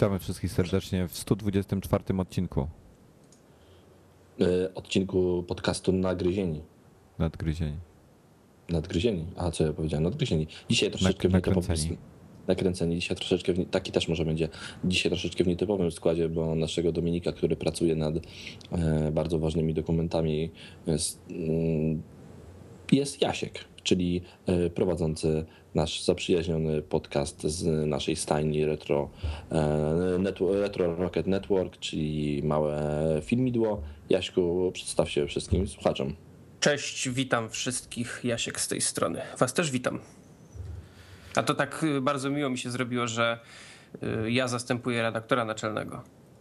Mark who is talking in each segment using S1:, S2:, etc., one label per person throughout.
S1: Witamy wszystkich serdecznie w 124 odcinku.
S2: Odcinku podcastu Nagryzieni.
S1: Nadgryzieni.
S2: Nadgryzieni? A co ja powiedziałem? Nadgryzieni. Dzisiaj troszeczkę nakręceni. Dzisiaj troszeczkę taki też może będzie. Dzisiaj troszeczkę w nietypowym składzie, bo naszego Dominika, który pracuje nad bardzo ważnymi dokumentami, jest Jasiek, czyli prowadzący nasz zaprzyjaźniony podcast z naszej stajni Retro Rocket Network, czyli małe filmidło. Jaśku, przedstaw się wszystkim słuchaczom.
S3: Cześć, witam wszystkich, Jasiek z tej strony. Was też witam. A to tak bardzo miło mi się zrobiło, że ja zastępuję redaktora naczelnego.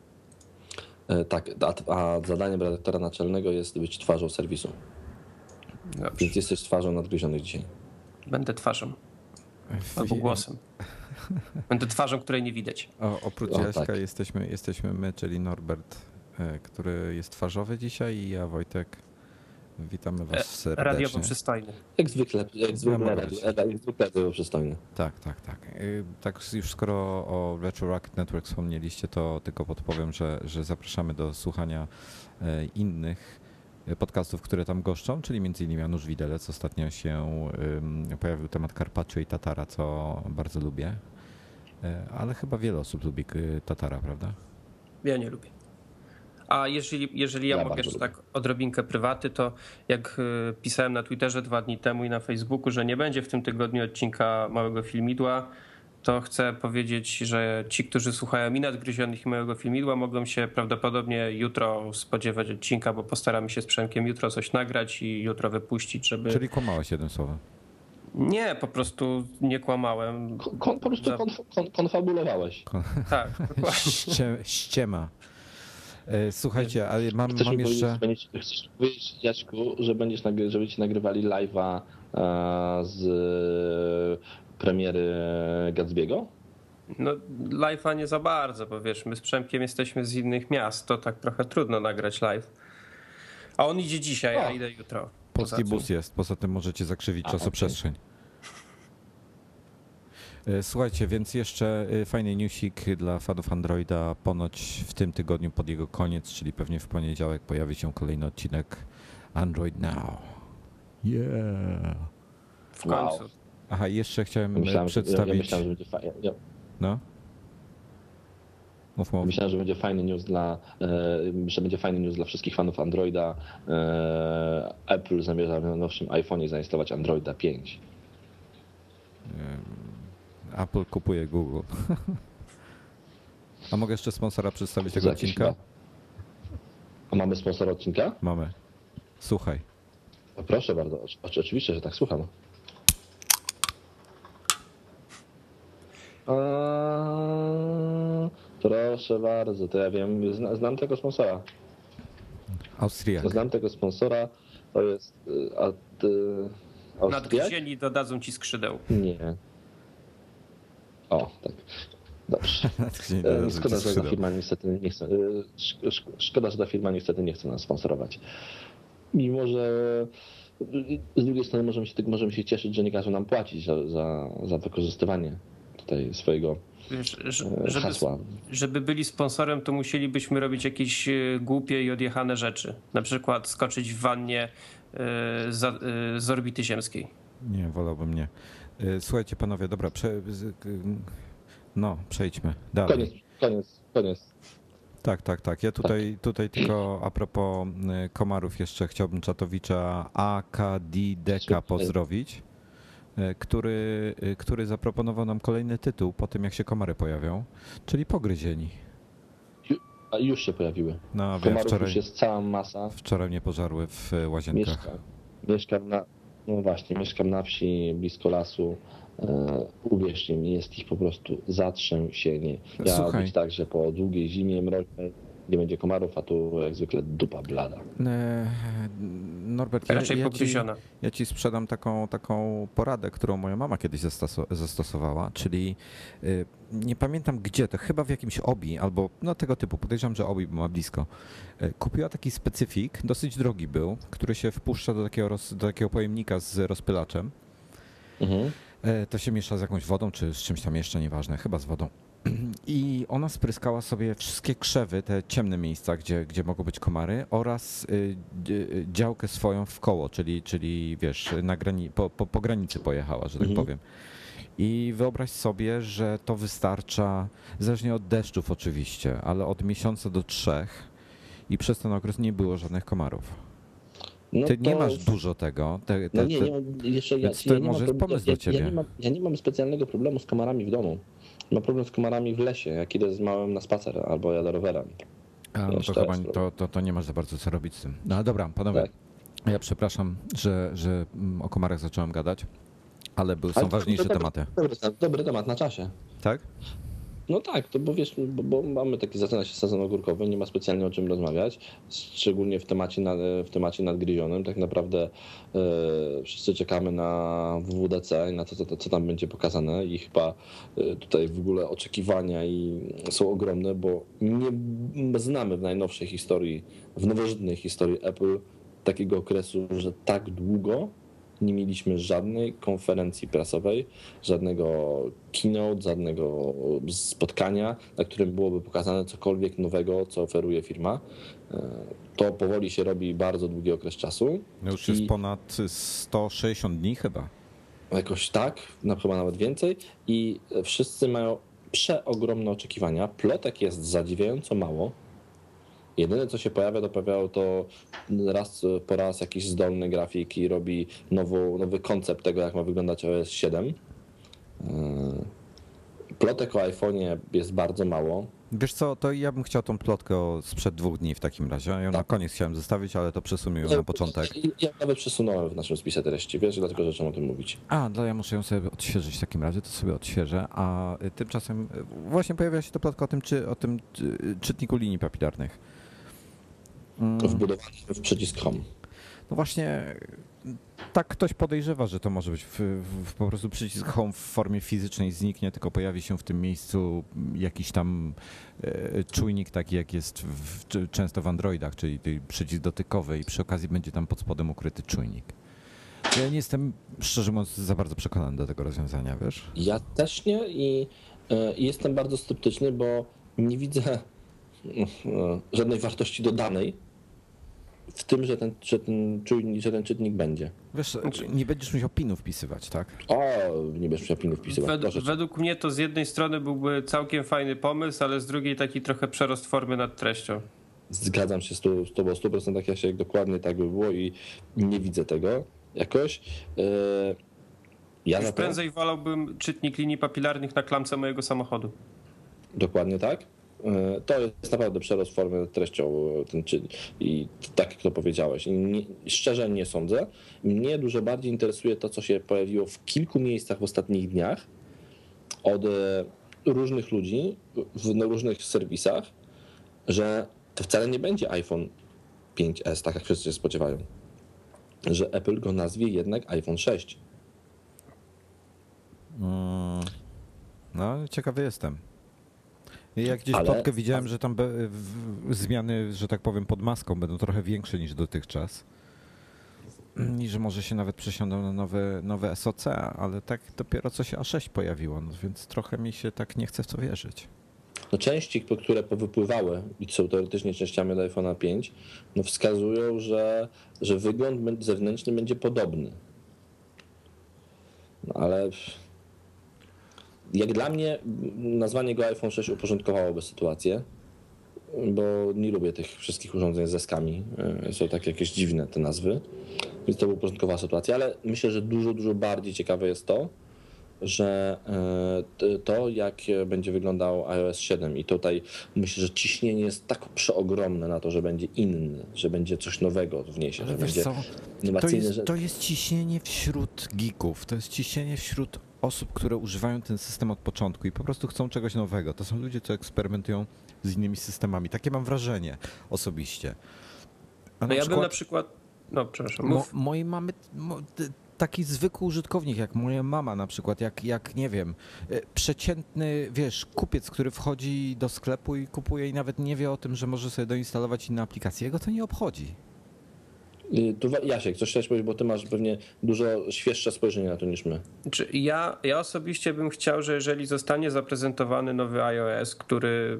S2: Tak, a zadaniem redaktora naczelnego jest być twarzą serwisu. Dobrze. Więc jesteś twarzą Nadgryzionych dzisiaj.
S3: Będę twarzą. Albo głosem. Będę twarzą, której nie widać.
S1: Oprócz Jaśka tak. jesteśmy my, czyli Norbert, który jest twarzowy dzisiaj, i ja, Wojtek. Witamy was serdecznie.
S3: Radiowo przystojny.
S2: Jak zwykle radiowo przystojny.
S1: Tak. Tak już skoro o Retro Rocket Network wspomnieliście, to tylko podpowiem, że zapraszamy do słuchania innych podcastów, które tam goszczą, czyli m.in. Janusz Widelec. Ostatnio się pojawił temat Carpaccio i Tatara, co bardzo lubię. Ale chyba wiele osób lubi Tatara, prawda?
S3: Ja nie lubię. A jeżeli ja mogę jeszcze tak odrobinkę prywaty, to jak pisałem na Twitterze 2 dni temu i na Facebooku, że nie będzie w tym tygodniu odcinka Małego Filmidła, to chcę powiedzieć, że ci, którzy słuchają i Nadgryzionych, i Małego Filmidła, mogą się prawdopodobnie jutro spodziewać odcinka, bo postaramy się z Przemkiem jutro coś nagrać i jutro wypuścić, żeby...
S1: Czyli kłamałeś jednym słowem.
S3: Nie, po prostu nie kłamałem.
S2: Po prostu konfabulowałeś.
S3: Tak, dokładnie.
S1: Ściema. Słuchajcie, ale mam jeszcze...
S2: Chcesz powiedzieć, Jaśku, żeby ci nagrywali live'a z premiery Gatsby'ego?
S3: No live'a nie za bardzo, bo wiesz, my z Przemkiem jesteśmy z innych miast, to tak trochę trudno nagrać live. A on idzie dzisiaj, a idę jutro.
S1: Polski bus jest, poza tym możecie zakrzywić czasoprzestrzeń. Słuchajcie, więc jeszcze fajny newsik dla fanów Androida. Ponoć w tym tygodniu pod jego koniec, czyli pewnie w poniedziałek, pojawi się kolejny odcinek Android Now. Yeah!
S3: W końcu.
S2: Wow.
S1: Aha, jeszcze chciałem przedstawić...
S2: Ja myślałem, że będzie fajnie.
S1: No? Mów.
S2: Myślałem, że będzie fajny news dla wszystkich fanów Androida. Apple zamierza na nowszym iPhone'ie zainstalować Androida 5.
S1: Apple kupuje Google. A mogę jeszcze sponsora przedstawić tego odcinka?
S2: A mamy sponsora odcinka?
S1: Mamy. Słuchaj.
S2: Proszę bardzo, oczywiście, że tak, słucham. Proszę bardzo, to ja wiem, znam tego sponsora.
S1: Austriak.
S2: Znam tego sponsora, to jest Austriak?
S3: Nadgryzieni dodadzą ci skrzydeł.
S2: Nie. O, tak. Dobrze. Szkoda, że ta firma niestety nie chce. Szkoda, że ta firma niestety nie chce nas sponsorować. Mimo że z drugiej strony możemy się cieszyć, że nie każą nam płacić za wykorzystywanie tutaj swojego hasła.
S3: Żeby byli sponsorem, to musielibyśmy robić jakieś głupie i odjechane rzeczy. Na przykład skoczyć w wannie z orbity ziemskiej.
S1: Nie, wolałbym nie. Słuchajcie panowie, dobra, przejdźmy dalej.
S2: Koniec.
S1: Tak. Ja tutaj tylko a propos komarów jeszcze chciałbym czatowicza AKDDK pozdrowić, który zaproponował nam kolejny tytuł po tym, jak się komary pojawią, czyli Pogryzieni.
S2: A już się pojawiły.
S1: No,
S2: komarów
S1: wczoraj,
S2: już jest cała masa.
S1: Wczoraj mnie pożarły w łazienkach.
S2: Mieszkam na wsi, blisko lasu. Uwierzcie mi, jest ich po prostu zatrzęsienie. Miało być tak, że po długiej zimie mroźnej nie będzie komarów, a tu jak zwykle dupa blada.
S1: Norbert, ja ci sprzedam taką poradę, którą moja mama kiedyś zastosowała, czyli nie pamiętam gdzie, to chyba w jakimś Obi albo tego typu, podejrzewam, że Obi, bo ma blisko. Kupiła taki specyfik, dosyć drogi był, który się wpuszcza do takiego pojemnika z rozpylaczem. To się miesza z jakąś wodą, czy z czymś tam jeszcze, nieważne, chyba z wodą. I ona spryskała sobie wszystkie krzewy, te ciemne miejsca, gdzie mogą być komary, oraz działkę swoją w koło, czyli wiesz, po granicy pojechała, że tak powiem. I wyobraź sobie, że to wystarcza, zależnie od deszczów oczywiście, ale od miesiąca do 3 i przez ten okres nie było żadnych komarów.
S2: No
S1: Ty nie masz dużo tego.
S2: To
S1: może jest pomysł do ciebie.
S2: Ja nie mam specjalnego problemu z komarami w domu. Mam problem z komarami w lesie, jak idę z małym na spacer albo jadę rowerem.
S1: To nie masz za bardzo co robić z tym. No ale dobra, panowie, tak. Ja przepraszam, że o komarach zacząłem gadać, ale są ważniejsze tematy.
S2: Dobry temat na czasie.
S1: Tak?
S2: No tak, to bo wiesz, bo mamy taki, zaczyna się sezon ogórkowy, nie ma specjalnie o czym rozmawiać, szczególnie w temacie nadgryzionym. Tak naprawdę wszyscy czekamy na WWDC i na to, co tam będzie pokazane i chyba tutaj w ogóle oczekiwania są ogromne, bo nie znamy w najnowszej historii, w nowożytnej historii Apple takiego okresu, że tak długo nie mieliśmy żadnej konferencji prasowej, żadnego keynote, żadnego spotkania, na którym byłoby pokazane cokolwiek nowego, co oferuje firma. To powoli się robi bardzo długi okres czasu.
S1: Już jest ponad 160 dni chyba.
S2: Jakoś tak, chyba nawet więcej. I wszyscy mają przeogromne oczekiwania. Plotek jest zadziwiająco mało. Jedyne, co się pojawia, to raz po raz jakiś zdolny grafik i robi nowy koncept tego, jak ma wyglądać OS 7. Plotek o iPhone'ie jest bardzo mało.
S1: Wiesz co, to ja bym chciał tą plotkę sprzed 2 dni w takim razie. Ja na koniec chciałem zostawić, ale to przesunę ją na początek.
S2: Ja nawet przesunąłem w naszym spisie treści, wiesz, dlatego zacząłem o tym mówić.
S1: Ja muszę ją sobie odświeżyć w takim razie, to sobie odświeżę, a tymczasem właśnie pojawia się to plotka o tym czytniku linii papilarnych.
S2: Wbudowany w przycisk Home.
S1: No właśnie, tak ktoś podejrzewa, że to może być po prostu przycisk Home w formie fizycznej zniknie, tylko pojawi się w tym miejscu jakiś tam czujnik taki, jak jest często w Androidach, czyli przycisk dotykowy i przy okazji będzie tam pod spodem ukryty czujnik. Ja nie jestem, szczerze mówiąc, za bardzo przekonany do tego rozwiązania, wiesz?
S2: Ja też nie i jestem bardzo sceptyczny, bo nie widzę żadnej wartości dodanej w tym, że ten czytnik będzie.
S1: Wiesz, nie będziesz musiał pinu wpisywać, tak?
S2: Nie będziesz musiał pinu wpisywać.
S3: Według mnie to z jednej strony byłby całkiem fajny pomysł, ale z drugiej taki trochę przerost formy nad treścią.
S2: Zgadzam się z tobą 100%, Jasiek, dokładnie tak by było i nie widzę tego jakoś.
S3: Prędzej wolałbym czytnik linii papilarnych na klamce mojego samochodu.
S2: Dokładnie tak. To jest naprawdę przerost formy nad treścią i tak jak to powiedziałeś. Szczerze nie sądzę. Mnie dużo bardziej interesuje to, co się pojawiło w kilku miejscach w ostatnich dniach od różnych ludzi w różnych serwisach, że to wcale nie będzie iPhone 5S, tak jak wszyscy się spodziewają. Że Apple go nazwie jednak iPhone 6.
S1: No, ciekawy jestem. Jak gdzieś plotkę widziałem, że tam zmiany, że tak powiem, pod maską będą trochę większe niż dotychczas. I że może się nawet przesiądą na nowe SoC, ale tak dopiero co się A6 pojawiło, no więc trochę mi się tak nie chce w to wierzyć.
S2: No części, które powypływały i są teoretycznie częściami do iPhone'a 5, no wskazują, że wygląd zewnętrzny będzie podobny. No ale jak dla mnie nazwanie go iPhone 6 uporządkowałoby sytuację, bo nie lubię tych wszystkich urządzeń z zeskami. Są tak jakieś dziwne te nazwy, więc to by uporządkowała sytuację, ale myślę, że dużo bardziej ciekawe jest to, jak będzie wyglądał iOS 7 i tutaj myślę, że ciśnienie jest tak przeogromne na to, że będzie inny, że będzie coś nowego wniesie, że będzie innowacyjny.
S1: To jest ciśnienie wśród geeków, to jest ciśnienie wśród osób, które używają ten system od początku i po prostu chcą czegoś nowego. To są ludzie, co eksperymentują z innymi systemami. Takie mam wrażenie osobiście.
S3: Bym na przykład... No, przepraszam.
S1: Mojej mamy... Taki zwykły użytkownik, jak moja mama na przykład, jak nie wiem, przeciętny, wiesz, kupiec, który wchodzi do sklepu i kupuje i nawet nie wie o tym, że może sobie doinstalować inne aplikacje. Jego to nie obchodzi.
S2: Tu Jasiek, coś chciałeś powiedzieć, bo ty masz pewnie dużo świeższe spojrzenie na to niż my.
S3: Ja osobiście bym chciał, że jeżeli zostanie zaprezentowany nowy iOS, który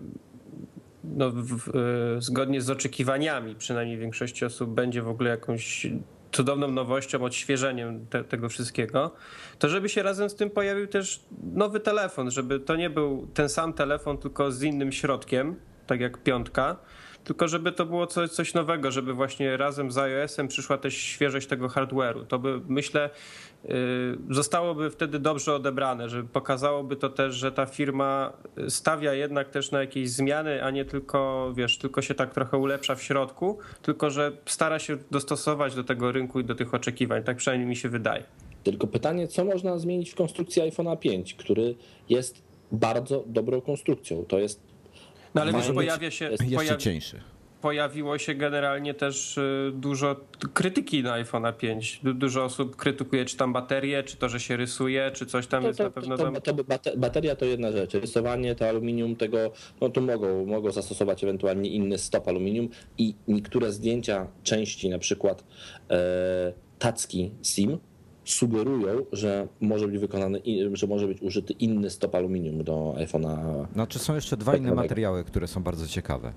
S3: zgodnie z oczekiwaniami przynajmniej większości osób będzie w ogóle jakąś cudowną nowością, odświeżeniem tego wszystkiego, to żeby się razem z tym pojawił też nowy telefon, żeby to nie był ten sam telefon, tylko z innym środkiem, tak jak 5, tylko żeby to było coś nowego, żeby właśnie razem z iOS-em przyszła też świeżość tego hardware'u. To by, myślę, zostałoby wtedy dobrze odebrane, żeby pokazałoby to też, że ta firma stawia jednak też na jakieś zmiany, a nie tylko, tylko się tak trochę ulepsza w środku, tylko że stara się dostosować do tego rynku i do tych oczekiwań. Tak przynajmniej mi się wydaje.
S2: Tylko pytanie, co można zmienić w konstrukcji iPhone'a 5, który jest bardzo dobrą konstrukcją. To jest...
S3: No ale też pojawia się...
S1: Jeszcze cieńszy.
S3: Pojawiło się generalnie też dużo krytyki na iPhone'a 5. Dużo osób krytykuje, czy tam baterię, czy to, że się rysuje, czy coś tam jest na pewno tam...
S2: Bateria to jedna rzecz. Rysowanie, to aluminium, tego, no to mogą zastosować ewentualnie inny stop aluminium i niektóre zdjęcia części, na przykład tacki SIM, sugerują, że może być że może być użyty inny stop aluminium do iPhone'a.
S1: Znaczy są jeszcze dwa inne materiały, które są bardzo ciekawe.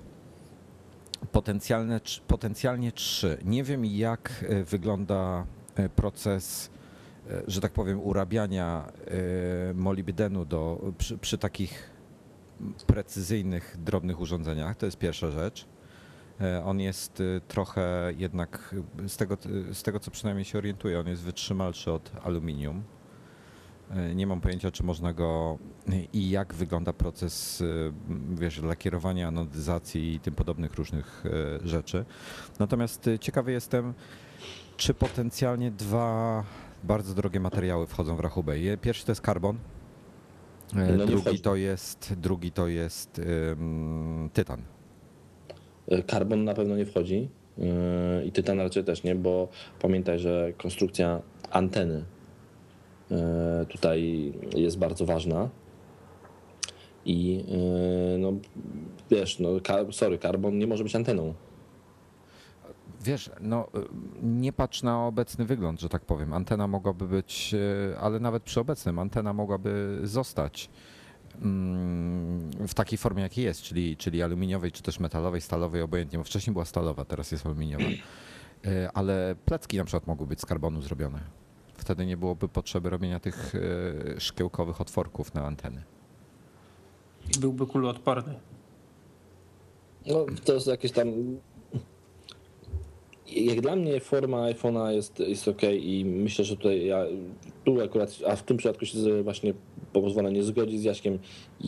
S1: Potencjalnie 3. Nie wiem, jak wygląda proces, że tak powiem, urabiania molibdenu przy takich precyzyjnych, drobnych urządzeniach. To jest pierwsza rzecz. On jest trochę jednak, z tego co przynajmniej się orientuję, on jest wytrzymalszy od aluminium. Nie mam pojęcia, czy można go i jak wygląda proces, lakierowania, anodyzacji i tym podobnych różnych rzeczy. Natomiast ciekawy jestem, czy potencjalnie 2 bardzo drogie materiały wchodzą w rachubę. Pierwszy to jest karbon, drugi to jest tytan.
S2: Karbon na pewno nie wchodzi i tytan raczej też nie, bo pamiętaj, że konstrukcja anteny tutaj jest bardzo ważna i no wiesz, karbon nie może być anteną.
S1: Wiesz, no nie patrz na obecny wygląd, że tak powiem. Antena mogłaby być, ale nawet przy obecnym antena mogłaby zostać w takiej formie, jakiej jest, czyli aluminiowej, czy też metalowej, stalowej, obojętnie, bo wcześniej była stalowa, teraz jest aluminiowa. Ale plecki na przykład mogły być z karbonu zrobione. Wtedy nie byłoby potrzeby robienia tych szkiełkowych otworków na anteny.
S3: I byłby kuloodporny.
S2: No to jest jakieś tam... Jak dla mnie forma iPhone'a jest ok i myślę, że tutaj tu akurat, a w tym przypadku się właśnie pozwolę nie zgodzić z Jaśkiem,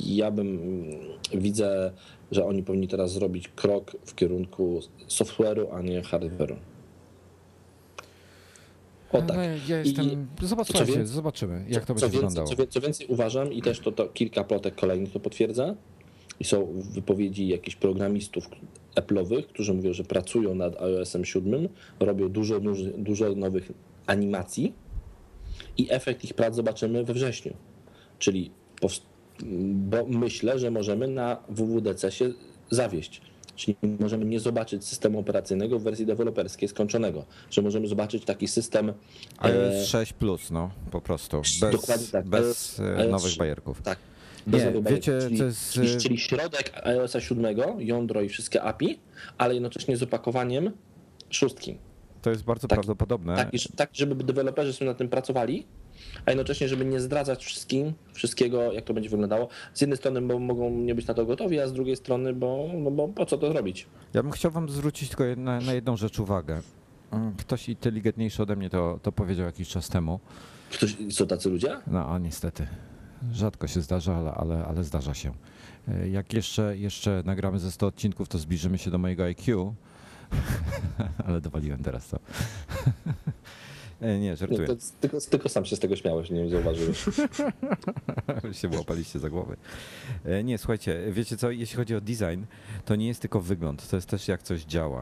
S2: widzę, że oni powinni teraz zrobić krok w kierunku software'u, a nie hardware'u. O tak.
S1: Zobaczymy, jak to będzie wyglądało.
S2: Co więcej uważam i też to kilka plotek kolejnych to potwierdza i są wypowiedzi jakichś programistów Apple'owych, którzy mówią, że pracują nad iOS-em 7, robią dużo nowych animacji i efekt ich prac zobaczymy we wrześniu. Czyli bo myślę, że możemy na WWDC się zawieść. Czyli możemy nie zobaczyć systemu operacyjnego w wersji deweloperskiej skończonego, że możemy zobaczyć taki system...
S1: iOS 6 Plus, no po prostu, bez nowych bajerków.
S2: Tak.
S1: Nie, wiecie,
S2: czyli środek iOS 7, jądro i wszystkie API, ale jednocześnie z opakowaniem 6.
S1: To jest bardzo prawdopodobne.
S2: Tak, żeby deweloperzy sobie na tym pracowali, a jednocześnie, żeby nie zdradzać wszystkiego, jak to będzie wyglądało. Z jednej strony, bo mogą nie być na to gotowi, a z drugiej strony, bo po co to zrobić?
S1: Ja bym chciał wam zwrócić tylko na jedną rzecz uwagę. Ktoś inteligentniejszy ode mnie to powiedział jakiś czas temu.
S2: Są tacy ludzie?
S1: No, a niestety. Rzadko się zdarza, ale zdarza się. Jak jeszcze nagramy ze 100 odcinków, to zbliżymy się do mojego IQ. Ale dowaliłem teraz to. Nie, żartuję.
S2: Tylko sam się z tego śmiałeś, nie wiem, zauważyłeś.
S1: się łapaliście za głowę. Nie, słuchajcie, wiecie co, jeśli chodzi o design, to nie jest tylko wygląd, to jest też jak coś działa.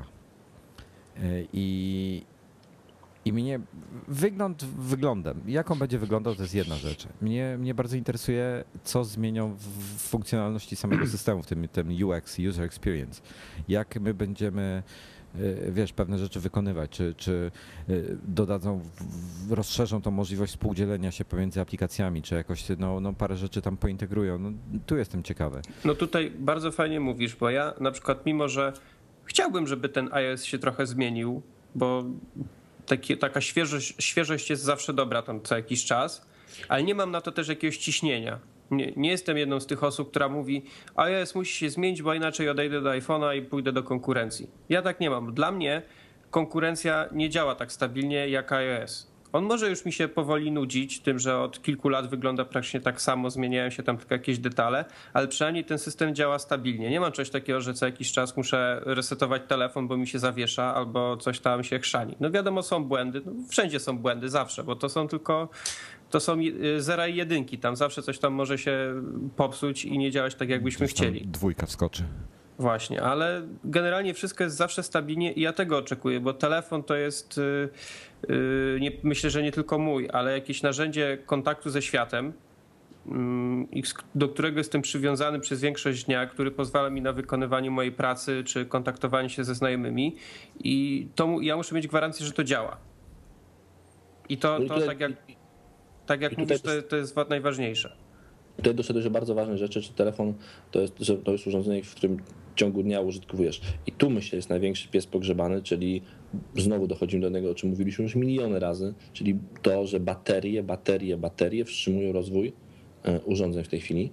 S1: I mnie wyglądem. Jak on będzie wyglądał, to jest jedna rzecz. Mnie bardzo interesuje, co zmienią w funkcjonalności samego systemu, w tym UX, User Experience. Jak my będziemy wiesz, pewne rzeczy wykonywać, czy dodadzą, rozszerzą tą możliwość współdzielenia się pomiędzy aplikacjami, czy jakoś no parę rzeczy tam pointegrują. No, tu jestem ciekawy.
S3: No tutaj bardzo fajnie mówisz, bo ja na przykład mimo, że chciałbym, żeby ten iOS się trochę zmienił, bo taka świeżość jest zawsze dobra tam co jakiś czas, ale nie mam na to też jakiegoś ciśnienia. Nie jestem jedną z tych osób, która mówi, iOS musi się zmienić, bo inaczej odejdę do iPhone'a i pójdę do konkurencji. Ja tak nie mam. Dla mnie konkurencja nie działa tak stabilnie jak iOS. On może już mi się powoli nudzić tym, że od kilku lat wygląda praktycznie tak samo, zmieniają się tam tylko jakieś detale, ale przynajmniej ten system działa stabilnie. Nie mam czegoś takiego, że co jakiś czas muszę resetować telefon, bo mi się zawiesza albo coś tam się chrzani. No wiadomo, są błędy, no wszędzie są błędy, zawsze, bo to są zera i jedynki, tam zawsze coś tam może się popsuć i nie działać tak, jakbyśmy chcieli.
S1: Dwójka wskoczy.
S3: Właśnie, ale generalnie wszystko jest zawsze stabilnie i ja tego oczekuję, bo telefon to jest, myślę, że nie tylko mój, ale jakieś narzędzie kontaktu ze światem, do którego jestem przywiązany przez większość dnia, który pozwala mi na wykonywanie mojej pracy czy kontaktowanie się ze znajomymi i ja muszę mieć gwarancję, że to działa. I to tak jak mówisz, to jest najważniejsze.
S2: Tutaj doszedłeś do bardzo ważnej rzeczy, czy telefon to jest urządzenie, w którym w ciągu dnia użytkujesz. I tu myślę jest największy pies pogrzebany, czyli znowu dochodzimy do tego, o czym mówiliśmy już miliony razy, czyli to, że baterie wstrzymują rozwój urządzeń w tej chwili.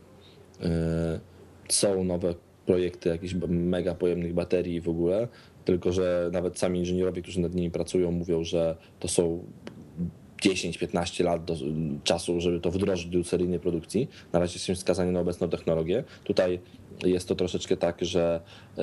S2: Są nowe projekty jakichś mega pojemnych baterii w ogóle, tylko że nawet sami inżynierowie, którzy nad nimi pracują, mówią, że to są 10-15 lat czasu, żeby to wdrożyć do seryjnej produkcji. Na razie jesteśmy skazani na obecną technologię. Tutaj jest to troszeczkę tak, że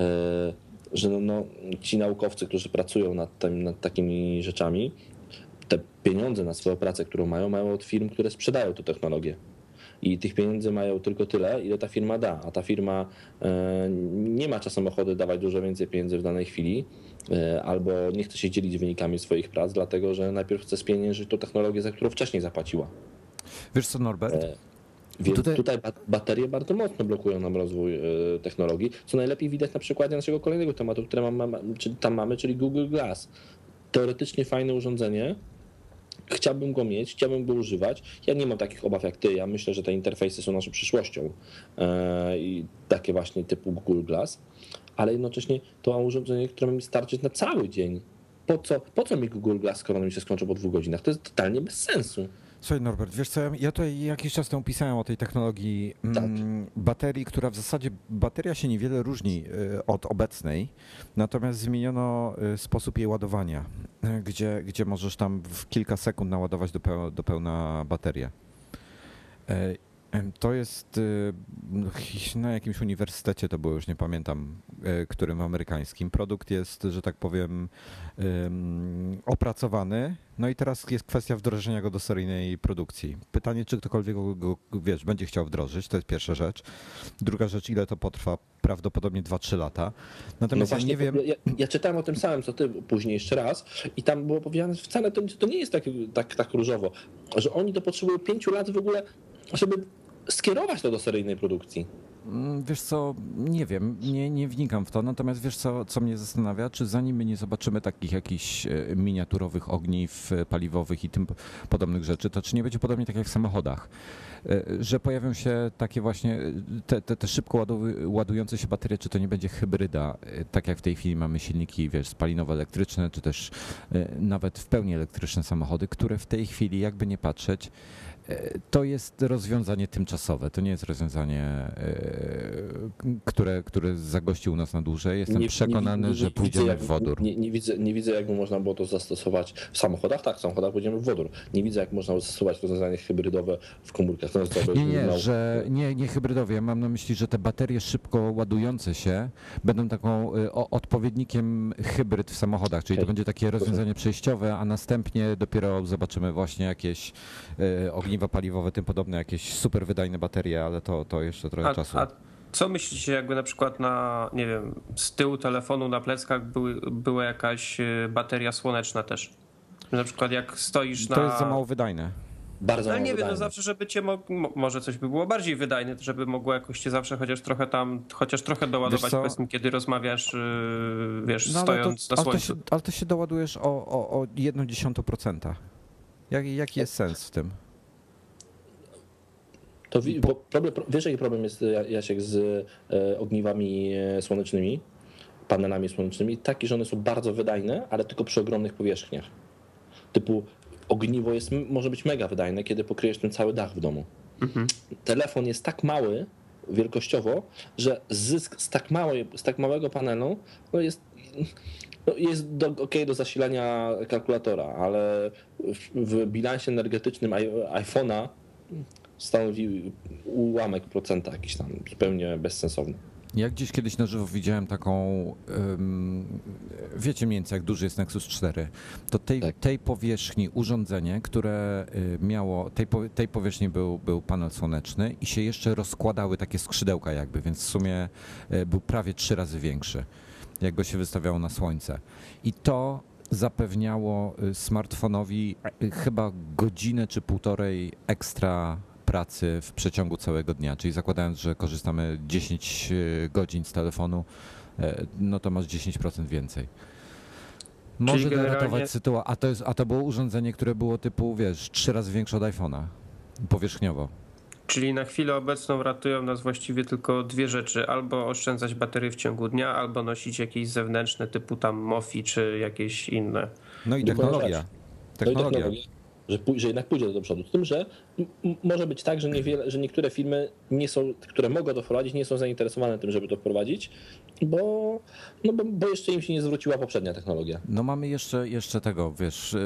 S2: ci naukowcy, którzy pracują nad takimi rzeczami, te pieniądze na swoją pracę, którą mają od firm, które sprzedają tę technologię. I tych pieniędzy mają tylko tyle, ile ta firma da, a ta firma nie ma czasem ochoty dawać dużo więcej pieniędzy w danej chwili, albo nie chce się dzielić wynikami swoich prac, dlatego że najpierw chce spieniężyć tą technologię, za którą wcześniej zapłaciła.
S1: Wiesz co, Norbert?
S2: Więc tutaj baterie bardzo mocno blokują nam rozwój technologii, co najlepiej widać na przykładzie naszego kolejnego tematu, który mamy, czyli Google Glass. Teoretycznie fajne urządzenie, chciałbym go mieć, chciałbym go używać. Ja nie mam takich obaw jak ty. Ja myślę, że te interfejsy są naszą przyszłością i takie właśnie typu Google Glass, ale jednocześnie to mam urządzenie, które ma mi starczyć na cały dzień. Po co mi Google Glass, skoro on mi się skończy po 2 godzinach? To jest totalnie bez sensu.
S1: Słuchaj Norbert, wiesz co, ja tutaj jakiś czas temu pisałem o tej technologii baterii, która w zasadzie, bateria się niewiele różni od obecnej, natomiast zmieniono sposób jej ładowania, gdzie możesz tam w kilka sekund naładować do pełna baterię. To jest na jakimś uniwersytecie, to było, już nie pamiętam, którym amerykańskim. Produkt jest, że tak powiem, opracowany, no i teraz jest kwestia wdrożenia go do seryjnej produkcji. Pytanie, czy ktokolwiek go, będzie chciał wdrożyć, to jest pierwsza rzecz. Druga rzecz, ile to potrwa? Prawdopodobnie 2-3 lata. Natomiast
S2: no właśnie,
S1: ja nie wiem...
S2: Ja czytałem o tym samym, co ty później jeszcze raz i tam było powiedziane, że wcale to nie jest tak różowo, że oni to potrzebują 5 lat w ogóle, żeby skierować to do seryjnej produkcji.
S1: Wiesz co, nie wiem, nie wnikam w to, natomiast wiesz co mnie zastanawia, czy zanim my nie zobaczymy takich jakichś miniaturowych ogniw paliwowych i tym podobnych rzeczy, to czy nie będzie podobnie tak jak w samochodach, że pojawią się takie właśnie te szybko ładujące się baterie, czy to nie będzie hybryda, tak jak w tej chwili mamy silniki, wiesz, spalinowo-elektryczne, czy też nawet w pełni elektryczne samochody, które w tej chwili, jakby nie patrzeć, to jest rozwiązanie tymczasowe, to nie jest rozwiązanie, które zagości u nas na dłużej. Jestem przekonany, że pójdziemy w wodór.
S2: Nie widzę, jakby można było to zastosować w samochodach. Tak, w samochodach pójdziemy w wodór. Nie widzę, jak można zastosować rozwiązanie hybrydowe w komórkach.
S1: Nie hybrydowe. Ja mam na myśli, że te baterie szybko ładujące się będą taką odpowiednikiem hybryd w samochodach, czyli to będzie takie rozwiązanie przejściowe, a następnie dopiero zobaczymy właśnie jakieś ogniwa paliwowe, tym podobne, jakieś super wydajne baterie, ale to jeszcze trochę czasu.
S3: A co myślicie, jakby na przykład nie wiem, z tyłu telefonu na pleckach była jakaś bateria słoneczna też? Na przykład jak stoisz
S1: To jest za mało wydajne.
S2: bardzo
S3: ale nie
S2: wydajne.
S3: wiem, no zawsze, żeby cię może coś by było bardziej wydajne, żeby mogło jakoś cię zawsze chociaż trochę doładować, powiedzmy, kiedy rozmawiasz, stojąc na słońcu.
S1: Ale to się doładujesz o 0,1%. Jaki jest sens w tym?
S2: To wiesz, jaki problem jest, Jasiek, z ogniwami słonecznymi, panelami słonecznymi? Taki, że one są bardzo wydajne, ale tylko przy ogromnych powierzchniach. Typu ogniwo może być mega wydajne, kiedy pokryjesz ten cały dach w domu. Mhm. Telefon jest tak mały wielkościowo, że zysk z tak małego panelu jest do zasilania kalkulatora, ale w bilansie energetycznym iPhone'a stanowi ułamek procenta jakiś tam zupełnie bezsensowny.
S1: Ja gdzieś kiedyś na żywo widziałem taką, wiecie mniej więcej jak duży jest Nexus 4, to tej powierzchni urządzenie, które miało, tej powierzchni był panel słoneczny i się jeszcze rozkładały takie skrzydełka jakby, więc w sumie był prawie 3 razy większy, jak go się wystawiało na słońce. I to zapewniało smartfonowi chyba godzinę czy półtorej ekstra pracy w przeciągu całego dnia, czyli zakładając, że korzystamy 10 godzin z telefonu, no to masz 10% więcej. Może ratować sytuację, a to było urządzenie, które było typu, 3 razy większe od iPhone'a, powierzchniowo.
S3: Czyli na chwilę obecną ratują nas właściwie tylko 2 rzeczy, albo oszczędzać baterię w ciągu dnia, albo nosić jakieś zewnętrzne typu tam Mofi czy jakieś inne.
S1: No i technologia.
S2: Że jednak pójdzie do przodu. Z tym, że może być tak, że niektóre firmy które mogą to wprowadzić, nie są zainteresowane tym, żeby to wprowadzić, bo jeszcze im się nie zwróciła poprzednia technologia.
S1: No mamy jeszcze tego,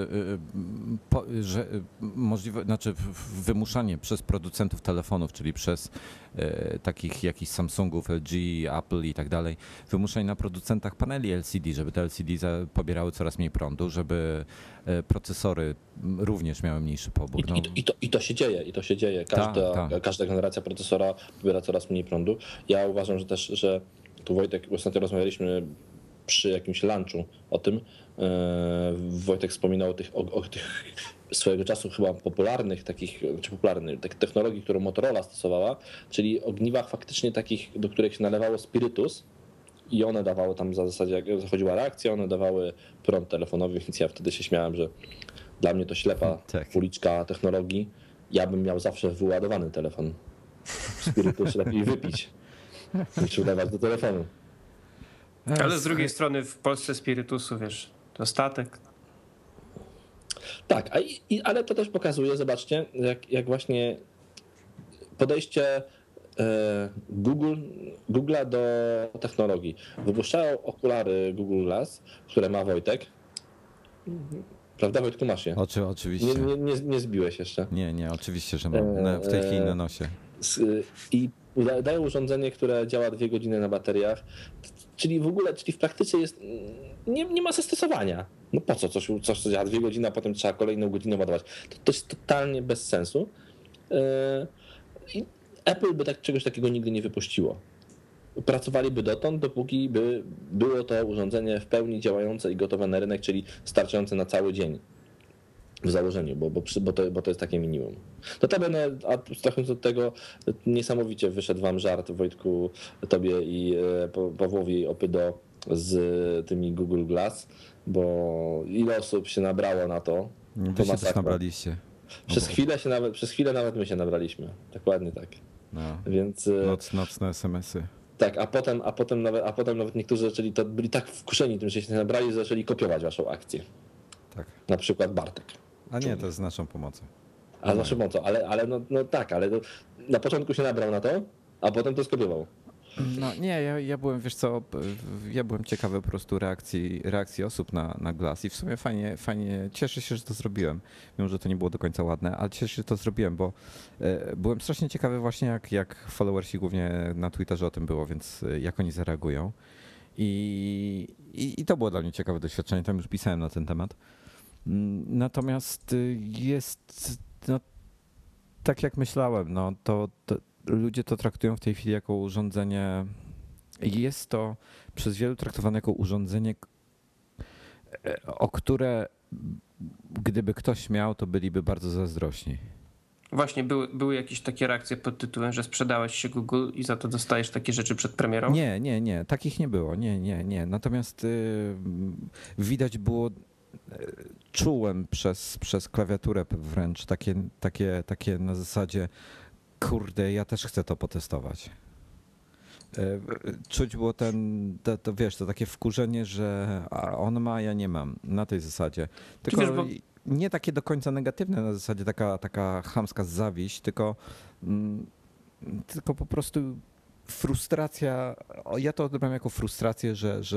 S1: że możliwe, znaczy wymuszanie przez producentów telefonów, czyli przez takich jakichś Samsungów, LG, Apple i tak dalej, wymuszanie na producentach paneli LCD, żeby te LCD pobierały coraz mniej prądu, żeby procesory również miały mniejszy pobór.
S2: I to się dzieje. Każda generacja procesora pobiera coraz mniej prądu. Ja uważam, że tu Wojtek, ostatnio rozmawialiśmy przy jakimś lunchu o tym. Wojtek wspominał o tych swojego czasu chyba popularnych technologii, którą Motorola stosowała, czyli ogniwach faktycznie takich, do których się nalewało spirytus i one dawały tam w zasadzie, jak zachodziła reakcja, one dawały prąd telefonowy, więc ja wtedy się śmiałem, że dla mnie to ślepa uliczka technologii. Ja bym miał zawsze wyładowany telefon. Spirytus lepiej wypić niż udawać do telefonu.
S3: Ale z drugiej strony w Polsce spirytusu, to statek.
S2: Tak, ale to też pokazuje, zobaczcie, jak właśnie podejście Google'a do technologii. Wypuszczają okulary Google Glass, które ma Wojtek. Prawda, Wojtku, masz je?
S1: Oczywiście.
S2: Nie zbiłeś jeszcze.
S1: Nie, oczywiście, że mam. W tej chwili na nosie.
S2: I dają urządzenie, które działa 2 godziny na bateriach, czyli w praktyce nie ma zastosowania. No po co coś co działa 2 godziny, a potem trzeba kolejną godzinę ładować. To jest totalnie bez sensu. I Apple by czegoś takiego nigdy nie wypuściło. Pracowaliby dotąd, dopóki by było to urządzenie w pełni działające i gotowe na rynek, czyli starczające na cały dzień. W założeniu, bo to jest takie minimum. Notabene, abstrahując od tego, niesamowicie wyszedł wam żart, Wojtku, tobie i Pawłowi Opydo z tymi Google Glass, bo ile osób się nabrało na to.
S1: Wy się też nabraliście.
S2: Przez chwilę nawet my się nabraliśmy. Dokładnie tak.
S1: No.
S2: Więc
S1: nocne SMS-y.
S2: Tak, a potem nawet niektórzy byli tak wkurzeni tym, że się nabrali, że zaczęli kopiować waszą akcję.
S1: Tak.
S2: Na przykład Bartek.
S1: A nie, to jest z naszą pomocą.
S2: A z naszą pomocą, ale tak, ale na początku się nabrał na to, a potem to skopiował.
S1: No nie, ja byłem, ja byłem ciekawy po prostu reakcji osób na Glass i w sumie fajnie, cieszę się, że to zrobiłem, mimo że to nie było do końca ładne, ale cieszę się, że to zrobiłem, bo byłem strasznie ciekawy właśnie jak followersi głównie na Twitterze o tym było, więc jak oni zareagują i to było dla mnie ciekawe doświadczenie, tam już pisałem na ten temat. Natomiast jest, tak jak myślałem, to ludzie to traktują w tej chwili jako urządzenie. Jest to przez wielu traktowane jako urządzenie, o które gdyby ktoś miał, to byliby bardzo zazdrośni.
S3: Właśnie, były jakieś takie reakcje pod tytułem, że sprzedałeś się Google i za to dostajesz takie rzeczy przed premierą?
S1: Nie, takich nie było, nie. Natomiast widać było, czułem przez klawiaturę wręcz takie na zasadzie, kurde, ja też chcę to potestować. Czuć było to wiesz, to takie wkurzenie, że on ma, ja nie mam, na tej zasadzie. Tylko
S3: wiesz,
S1: nie takie do końca negatywne, na zasadzie taka chamska zawiść, tylko po prostu frustracja, ja to odbieram jako frustrację,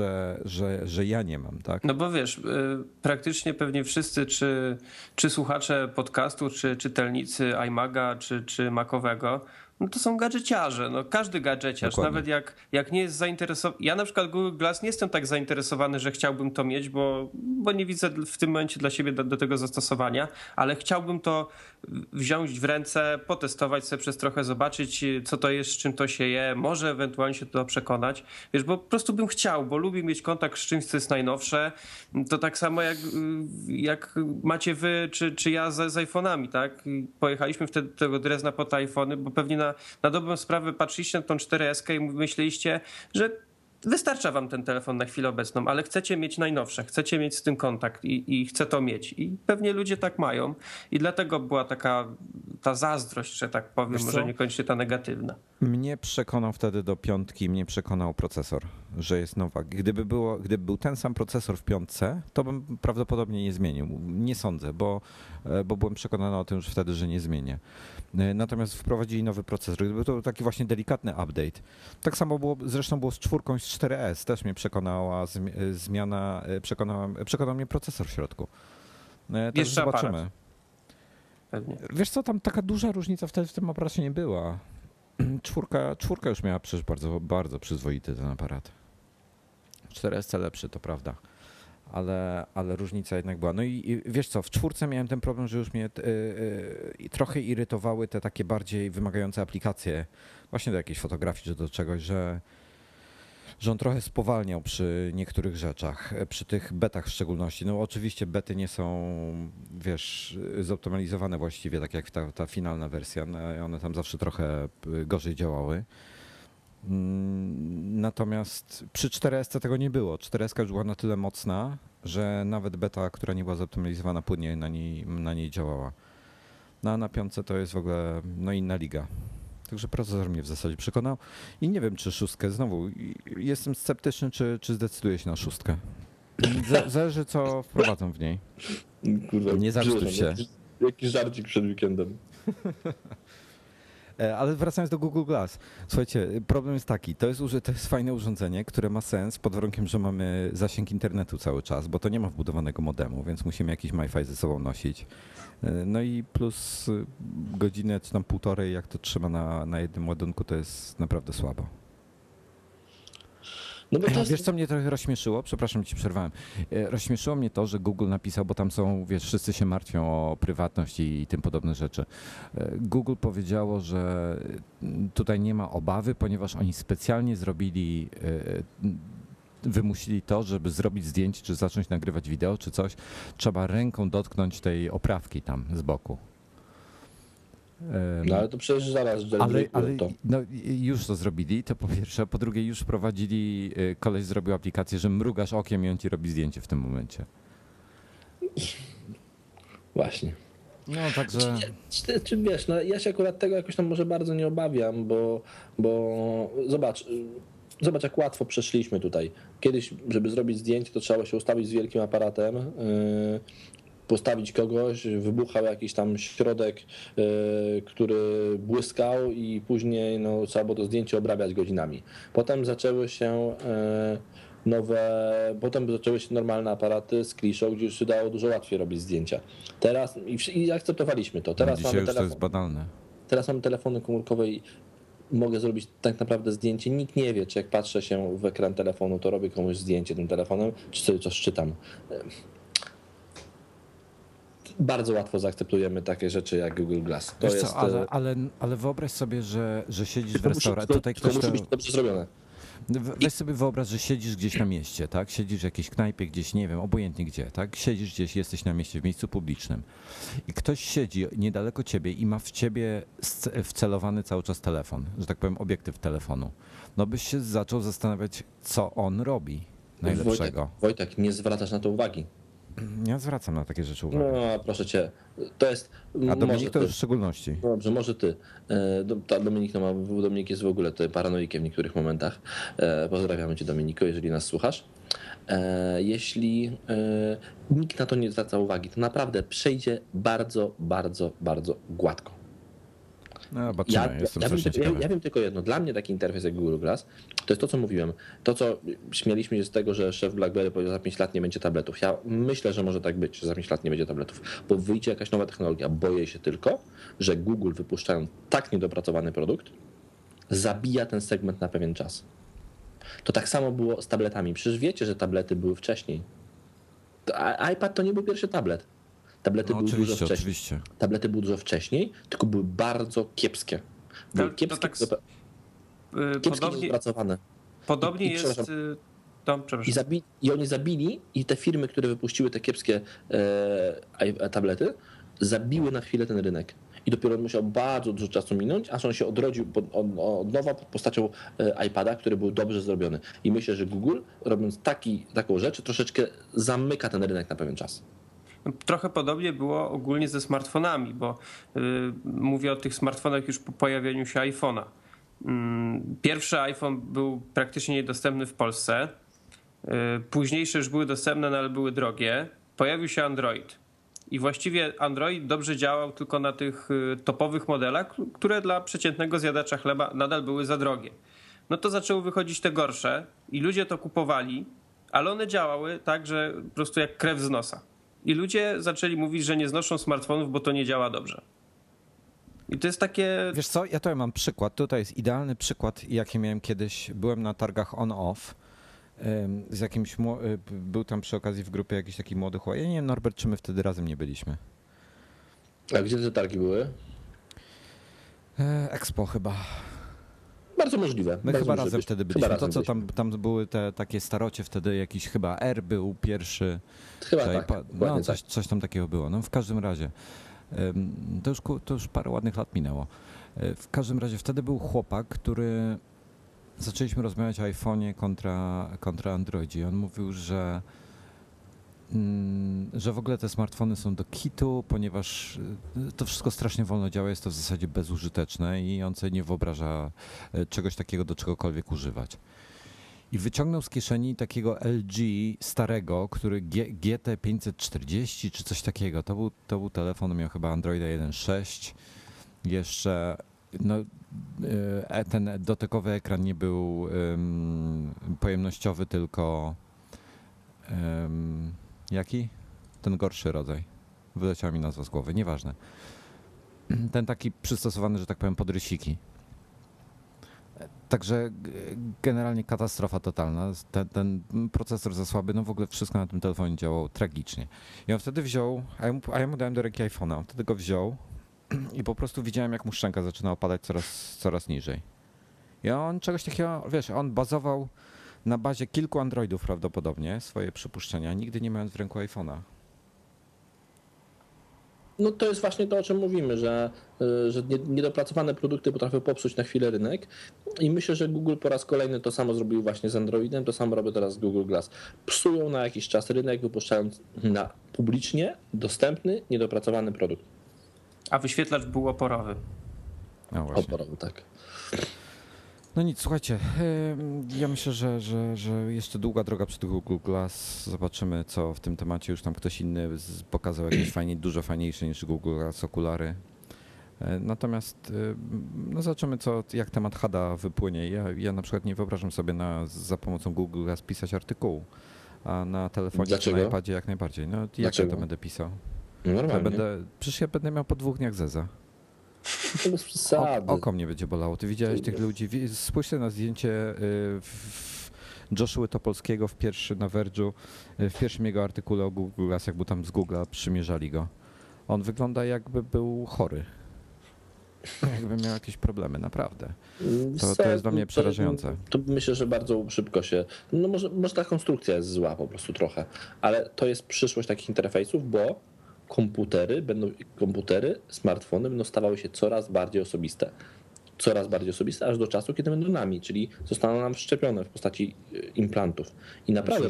S1: że ja nie mam, tak?
S3: No bo wiesz, praktycznie pewnie wszyscy, czy słuchacze podcastu, czy czytelnicy iMaga, czy Macowego, no to są gadżeciarze. No każdy gadżeciarz,
S1: Dokładnie.
S3: nawet jak nie jest zainteresowany. Ja na przykład Google Glass nie jestem tak zainteresowany, że chciałbym to mieć, bo nie widzę w tym momencie dla siebie do tego zastosowania, ale chciałbym to wziąć w ręce, potestować sobie przez trochę, zobaczyć co to jest, z czym to się je, może ewentualnie się to przekonać. Wiesz, bo po prostu bym chciał, bo lubię mieć kontakt z czymś, co jest najnowsze. To tak samo jak macie wy czy ja z iPhone'ami, tak? Pojechaliśmy wtedy do tego Drezna po te iPhony, bo pewnie na dobrą sprawę patrzyliście na tą 4S i myśleliście, że wystarcza wam ten telefon na chwilę obecną, ale chcecie mieć najnowsze, chcecie mieć z tym kontakt i chcę to mieć. I pewnie ludzie tak mają. I dlatego była ta zazdrość, że tak powiem, może niekoniecznie ta negatywna.
S1: Mnie przekonał wtedy do 5, mnie przekonał procesor, że jest nowa. Gdyby był ten sam procesor w 5, to bym prawdopodobnie nie zmienił. Nie sądzę, bo byłem przekonany o tym już wtedy, że nie zmienię. Natomiast wprowadzili nowy procesor. Gdyby to był taki właśnie delikatny update. Tak samo zresztą było z 4 i z 4S. Też mnie przekonała zmiana, przekonał mnie procesor w środku.
S3: Jeszcze
S1: zobaczymy.
S3: Aparat. Pewnie.
S1: Wiesz co, tam taka duża różnica wtedy w tym aparacie nie była. Czwórka już miała przecież bardzo, bardzo przyzwoity ten aparat. 4S lepszy, to prawda. Ale różnica jednak była. No i wiesz co, w 4 miałem ten problem, że już mnie trochę irytowały te takie bardziej wymagające aplikacje, właśnie do jakiejś fotografii czy do czegoś, że on trochę spowalniał przy niektórych rzeczach, przy tych betach w szczególności. No oczywiście bety nie są, wiesz, zoptymalizowane właściwie, tak jak ta finalna wersja. One tam zawsze trochę gorzej działały. Natomiast przy 4S tego nie było. 4S już była na tyle mocna, że nawet beta, która nie była zoptymalizowana płynnie na niej działała. No a na 5 to jest w ogóle inna liga. Także procesor mnie w zasadzie przekonał i nie wiem, czy 6, znowu jestem sceptyczny, czy zdecyduję się na 6. Zależy, co wprowadzą w niej.
S2: Kurwa,
S1: nie zawstyć się.
S2: Jakiś żarcik przed weekendem.
S1: Ale wracając do Google Glass. Słuchajcie, problem jest taki, to jest fajne urządzenie, które ma sens pod warunkiem, że mamy zasięg internetu cały czas, bo to nie ma wbudowanego modemu, więc musimy jakiś Wi-Fi ze sobą nosić. No i plus godzinę czy tam półtorej, jak to trzyma na jednym ładunku, to jest naprawdę słabo. No bo wiesz, co mnie trochę rozśmieszyło? Przepraszam, ci przerwałem. Rozśmieszyło mnie to, że Google napisał, bo tam są, wiesz, wszyscy się martwią o prywatność i tym podobne rzeczy. Google powiedziało, że tutaj nie ma obawy, ponieważ oni specjalnie wymusili to, żeby zrobić zdjęcie, czy zacząć nagrywać wideo, czy coś, trzeba ręką dotknąć tej oprawki tam z boku.
S2: No ale to przecież zaraz
S1: ale to. No, już to zrobili, to po pierwsze, a po drugie już wprowadzili, koleś zrobił aplikację, że mrugasz okiem i on ci robi zdjęcie w tym momencie. Właśnie. No także...
S2: Czy wiesz, no ja się akurat tego jakoś tam może bardzo nie obawiam, bo zobacz jak łatwo przeszliśmy tutaj. Kiedyś, żeby zrobić zdjęcie, to trzeba się ustawić z wielkim aparatem, postawić kogoś, wybuchał jakiś tam środek, który błyskał i później trzeba było to zdjęcie obrabiać godzinami. Potem zaczęły się normalne aparaty z kliszą, gdzie już się dało dużo łatwiej robić zdjęcia. Teraz i akceptowaliśmy to. Teraz
S1: dzisiaj już to jest banalne.
S2: Teraz mamy telefony komórkowe i mogę zrobić tak naprawdę zdjęcie. Nikt nie wie, czy jak patrzę się w ekran telefonu, to robię komuś zdjęcie tym telefonem, czy sobie coś czytam. Bardzo łatwo zaakceptujemy takie rzeczy jak Google Glass.
S1: To jest... ale wyobraź sobie, że siedzisz w restauracji.
S2: To musi być dobrze zrobione.
S1: Weź sobie wyobraź, że siedzisz gdzieś na mieście, tak? Siedzisz w jakiejś knajpie gdzieś, nie wiem, obojętnie gdzie, tak? Siedzisz gdzieś, jesteś na mieście, w miejscu publicznym i ktoś siedzi niedaleko ciebie i ma w ciebie wcelowany cały czas telefon, że tak powiem, obiektyw telefonu. No byś się zaczął zastanawiać, co on robi najlepszego.
S2: Wojtek, nie zwracasz na to uwagi.
S1: Ja zwracam na takie rzeczy uwagę.
S2: No, proszę cię, to jest...
S1: A Dominik to już w szczególności.
S2: Dobrze, może ty. Dominik jest w ogóle paranoikiem w niektórych momentach. Pozdrawiamy cię, Dominiko, jeżeli nas słuchasz. Jeśli nikt na to nie zwraca uwagi, to naprawdę przejdzie bardzo, bardzo, bardzo gładko.
S1: No, zobaczymy,
S2: ja wiem tylko jedno. Dla mnie taki interfejs jak Google Glass to jest to, co mówiłem. To, co śmialiśmy się z tego, że szef BlackBerry powiedział, że za 5 lat nie będzie tabletów. Ja myślę, że może tak być, że za 5 lat nie będzie tabletów, bo wyjdzie jakaś nowa technologia. Boję się tylko, że Google, wypuszczając tak niedopracowany produkt, zabija ten segment na pewien czas. To tak samo było z tabletami. Przecież wiecie, że tablety były wcześniej. iPad to nie był pierwszy tablet. Tablety były dużo wcześniej.
S1: Oczywiście.
S2: Tablety były dużo wcześniej, tylko były bardzo kiepskie. Były kiepskie, dopracowane.
S3: Podobnie jest...
S2: I oni zabili, i te firmy, które wypuściły te kiepskie tablety, zabiły na chwilę ten rynek. I dopiero on musiał bardzo dużo czasu minąć, aż on się odrodził od nowa pod postacią iPada, który był dobrze zrobiony. I myślę, że Google, robiąc taką rzecz, troszeczkę zamyka ten rynek na pewien czas.
S3: Trochę podobnie było ogólnie ze smartfonami, bo mówię o tych smartfonach już po pojawieniu się iPhone'a. Pierwszy iPhone był praktycznie niedostępny w Polsce. Późniejsze już były dostępne, no ale były drogie. Pojawił się Android. I właściwie Android dobrze działał tylko na tych topowych modelach, które dla przeciętnego zjadacza chleba nadal były za drogie. No to zaczęły wychodzić te gorsze i ludzie to kupowali, ale one działały tak, że po prostu jak krew z nosa. I ludzie zaczęli mówić, że nie znoszą smartfonów, bo to nie działa dobrze. I to jest takie...
S1: Wiesz co, ja tutaj mam przykład. Tutaj jest idealny przykład, jaki miałem kiedyś. Byłem na targach on-off z jakimś... Był tam przy okazji w grupie jakiś taki młody chłopak. Ja nie wiem, Norbert, czy my wtedy razem nie byliśmy.
S2: A gdzie te targi były?
S1: Expo chyba.
S2: Bardzo możliwe.
S1: My chyba razem wtedy byliśmy. To, co tam były te takie starocie wtedy, jakiś chyba R był pierwszy.
S2: Chyba tak.
S1: No, coś tam takiego było. No w każdym razie. To już parę ładnych lat minęło. W każdym razie wtedy był chłopak, który... Zaczęliśmy rozmawiać o iPhone'ie kontra Androidzie. On mówił, że w ogóle te smartfony są do kitu, ponieważ to wszystko strasznie wolno działa, jest to w zasadzie bezużyteczne i on sobie nie wyobraża czegoś takiego do czegokolwiek używać. I wyciągnął z kieszeni takiego LG starego, który GT540 czy coś takiego. To był telefon, miał chyba Androida 1.6. Jeszcze ten dotykowy ekran nie był pojemnościowy, tylko jaki? Ten gorszy rodzaj. Wyleciała mi nazwa z głowy, nieważne. Ten taki przystosowany, że tak powiem, pod rysiki. Także generalnie katastrofa totalna. Ten procesor za słaby, no w ogóle wszystko na tym telefonie działało tragicznie. I on wtedy wziął, a ja mu dałem do ręki iPhone'a, on wtedy go wziął i po prostu widziałem, jak mu szczęka zaczyna opadać coraz niżej. I on czegoś takiego, wiesz, on bazował na bazie kilku Androidów prawdopodobnie, swoje przypuszczenia, nigdy nie mając w ręku iPhone'a.
S2: No to jest właśnie to, o czym mówimy, że niedopracowane produkty potrafią popsuć na chwilę rynek i myślę, że Google po raz kolejny to samo zrobił właśnie z Androidem, to samo robi teraz z Google Glass. Psują na jakiś czas rynek, wypuszczając na publicznie dostępny, niedopracowany produkt.
S3: A wyświetlacz był oporowy.
S1: No właśnie.
S2: Oporowy, tak.
S1: No nic, słuchajcie, ja myślę, że jeszcze długa droga przed Google Glass. Zobaczymy, co w tym temacie już tam ktoś inny pokazał jakieś dużo fajniejsze niż Google Glass okulary. Natomiast no zobaczymy, jak temat HUD-a wypłynie. Ja na przykład nie wyobrażam sobie za pomocą Google Glass pisać artykułu, a na telefonie czy na iPadzie jak najbardziej. No jak ja to będę pisał?
S2: Normalnie.
S1: Przecież ja będę miał po 2 dniach zeza.
S2: To bez przesady.
S1: Oko mnie będzie bolało. Ty widziałeś tych ludzi? Spójrzcie na zdjęcie Joshua Topolskiego na Verge'u, w pierwszym jego artykule o Google Glass, jakby tam z Google'a przymierzali go. On wygląda, jakby był chory. jakbym miał jakieś problemy, naprawdę. To jest dla mnie przerażające.
S2: To myślę, że bardzo szybko się... No może ta konstrukcja jest zła po prostu trochę, ale to jest przyszłość takich interfejsów, bo komputery, smartfony będą stawały się coraz bardziej osobiste, aż do czasu, kiedy będą nami, czyli zostaną nam wszczepione w postaci implantów. I naprawdę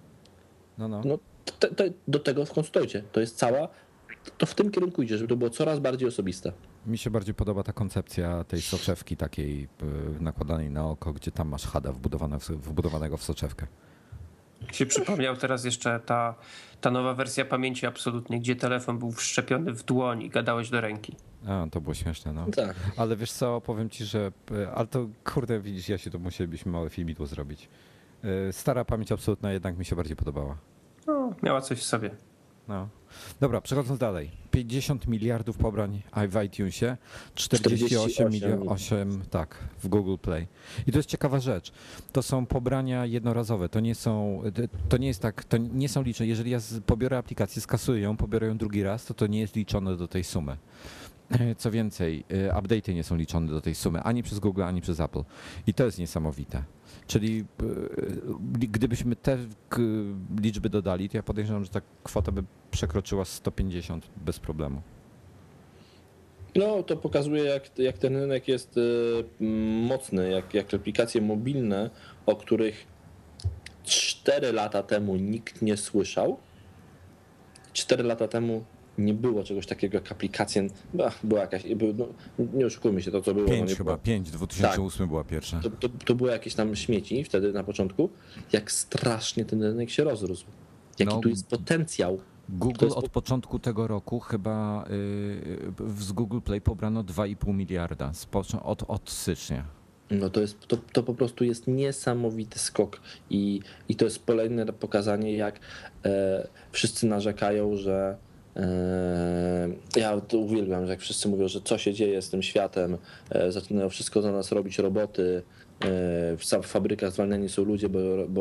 S2: do tego w końcu dojdzie. To jest to w tym kierunku idzie, żeby to było coraz bardziej osobiste.
S1: Mi się bardziej podoba ta koncepcja tej soczewki takiej nakładanej na oko, gdzie tam masz HUD-a wbudowanego w soczewkę.
S3: Się przypomniał teraz jeszcze ta nowa wersja pamięci absolutnej, gdzie telefon był wszczepiony w dłoń i gadałeś do ręki.
S1: To było śmieszne, no.
S2: Tak.
S1: Ale wiesz co, powiem ci, że... Ale to, kurde, widzisz, musielibyśmy małe filmidło zrobić. Stara pamięć absolutna jednak mi się bardziej podobała.
S3: No, miała coś w sobie.
S1: No. Dobra, przechodząc dalej. 50 miliardów pobrań w iTunesie, 48 milionów tak, w Google Play. I to jest ciekawa rzecz. To są pobrania jednorazowe. To nie są liczone. Jeżeli ja pobiorę aplikację, skasuję ją, pobiorę ją drugi raz, to nie jest liczone do tej sumy. Co więcej, update'y nie są liczone do tej sumy ani przez Google, ani przez Apple. I to jest niesamowite. Czyli gdybyśmy te liczby dodali, to ja podejrzewam, że ta kwota by przekroczyła 150 bez problemu.
S2: No, to pokazuje, jak ten rynek jest mocny, jak aplikacje mobilne, o których 4 lata temu nikt nie słyszał. 4 lata temu nie było czegoś takiego jak aplikacje, była jakaś, nie oszukujmy się, to co było.
S1: 5 chyba, 2008 tak. Była pierwsza.
S2: To były jakieś tam śmieci wtedy na początku, jak strasznie ten rynek się rozrósł. Jaki tu jest potencjał.
S1: Google od początku tego roku chyba z Google Play pobrano 2,5 miliarda od stycznia.
S2: No to po prostu jest niesamowity skok i to jest kolejne pokazanie, jak wszyscy narzekają, że ja to uwielbiam, że jak wszyscy mówią, że co się dzieje z tym światem, zaczynają wszystko za nas robić roboty, w fabrykach zwalniani są ludzie,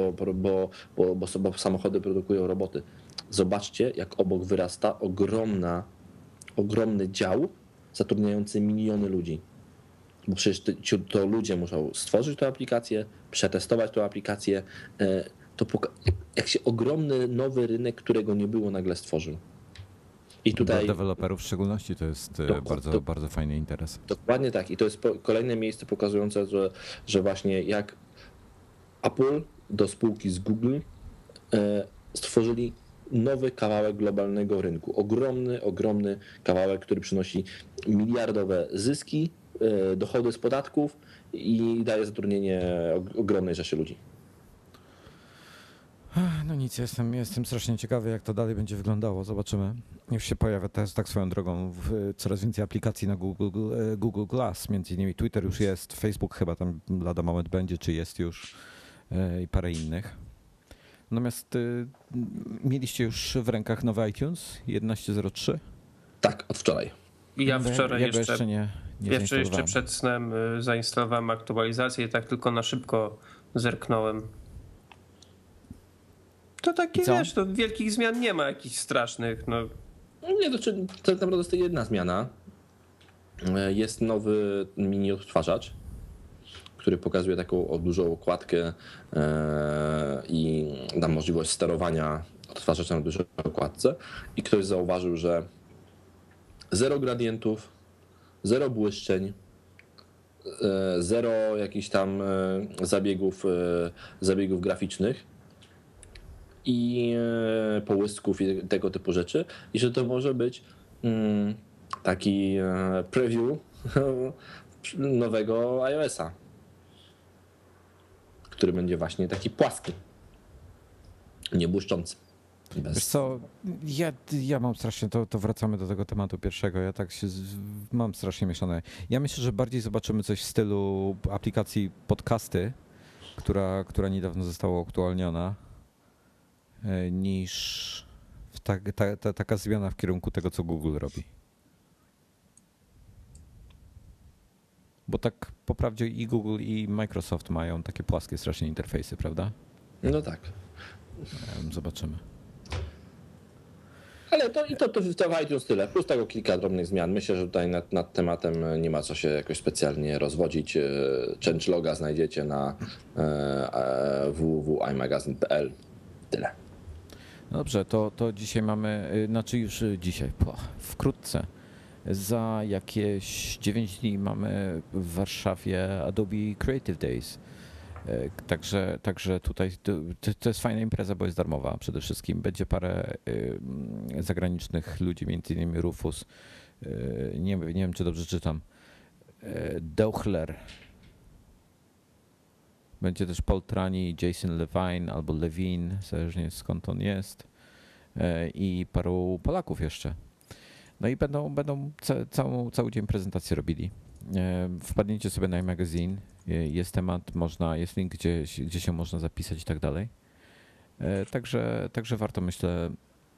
S2: bo samochody produkują roboty. Zobaczcie, jak obok wyrasta ogromny dział zatrudniający miliony ludzi. Bo przecież to ludzie muszą stworzyć tę aplikację, przetestować tę aplikację. Jak się ogromny nowy rynek, którego nie było, nagle stworzył. I tutaj
S1: dla deweloperów w szczególności to jest bardzo fajny interes.
S2: Dokładnie tak. I to jest kolejne miejsce pokazujące, że właśnie jak Apple do spółki z Google stworzyli nowy kawałek globalnego rynku. Ogromny kawałek, który przynosi miliardowe zyski, dochody z podatków i daje zatrudnienie ogromnej rzeszy ludzi.
S1: No nic, jestem strasznie ciekawy, jak to dalej będzie wyglądało. Zobaczymy. Już się pojawia teraz tak swoją drogą coraz więcej aplikacji na Google Glass. Między innymi Twitter już jest, Facebook chyba tam lada moment będzie, czy jest już i parę innych. Natomiast mieliście już w rękach nowy iTunes 11.03?
S2: Tak, od wczoraj.
S3: Ja wczoraj
S1: jeszcze
S3: przed snem zainstalowałem aktualizację i tak tylko na szybko zerknąłem. To takie, wiesz, to wielkich zmian nie ma jakichś strasznych. No.
S2: Nie, to naprawdę jest jedna zmiana. Jest nowy mini odtwarzacz, który pokazuje taką dużą okładkę i da możliwość sterowania odtwarzacza na dużej okładce. I ktoś zauważył, że 0 gradientów, 0 błyszczeń, 0 jakichś tam zabiegów graficznych i połysków i tego typu rzeczy. I że to może być taki preview nowego iOS-a, który będzie właśnie taki płaski, niebłyszczący.
S1: Wiesz co, ja mam strasznie, to wracamy do tego tematu pierwszego, ja tak mam strasznie mieszane. Ja myślę, że bardziej zobaczymy coś w stylu aplikacji podcasty, która niedawno została aktualniona, niż taka zmiana w kierunku tego, co Google robi. Bo tak po prawdzie i Google, i Microsoft mają takie płaskie strasznie interfejsy, prawda?
S2: No tak.
S1: Zobaczymy.
S2: Ale to w iTunes tyle, plus tego kilka drobnych zmian. Myślę, że tutaj nad tematem nie ma co się jakoś specjalnie rozwodzić. Changeloga znajdziecie na www.imagazine.pl. Tyle.
S1: Dobrze, to dzisiaj mamy, znaczy już dzisiaj, wkrótce, za jakieś 9 dni mamy w Warszawie Adobe Creative Days. Także tutaj to jest fajna impreza, bo jest darmowa przede wszystkim. Będzie parę zagranicznych ludzi, między innymi Rufus, nie wiem czy dobrze czytam, Deuchler. Będzie też Paul Trani, Jason Levine albo Levine, zależnie skąd on jest, i paru Polaków jeszcze. No i będą cały dzień prezentacje robili. Wpadnijcie sobie na iMagazine, jest temat, jest link, gdzie się można zapisać i tak dalej. Także warto, myślę,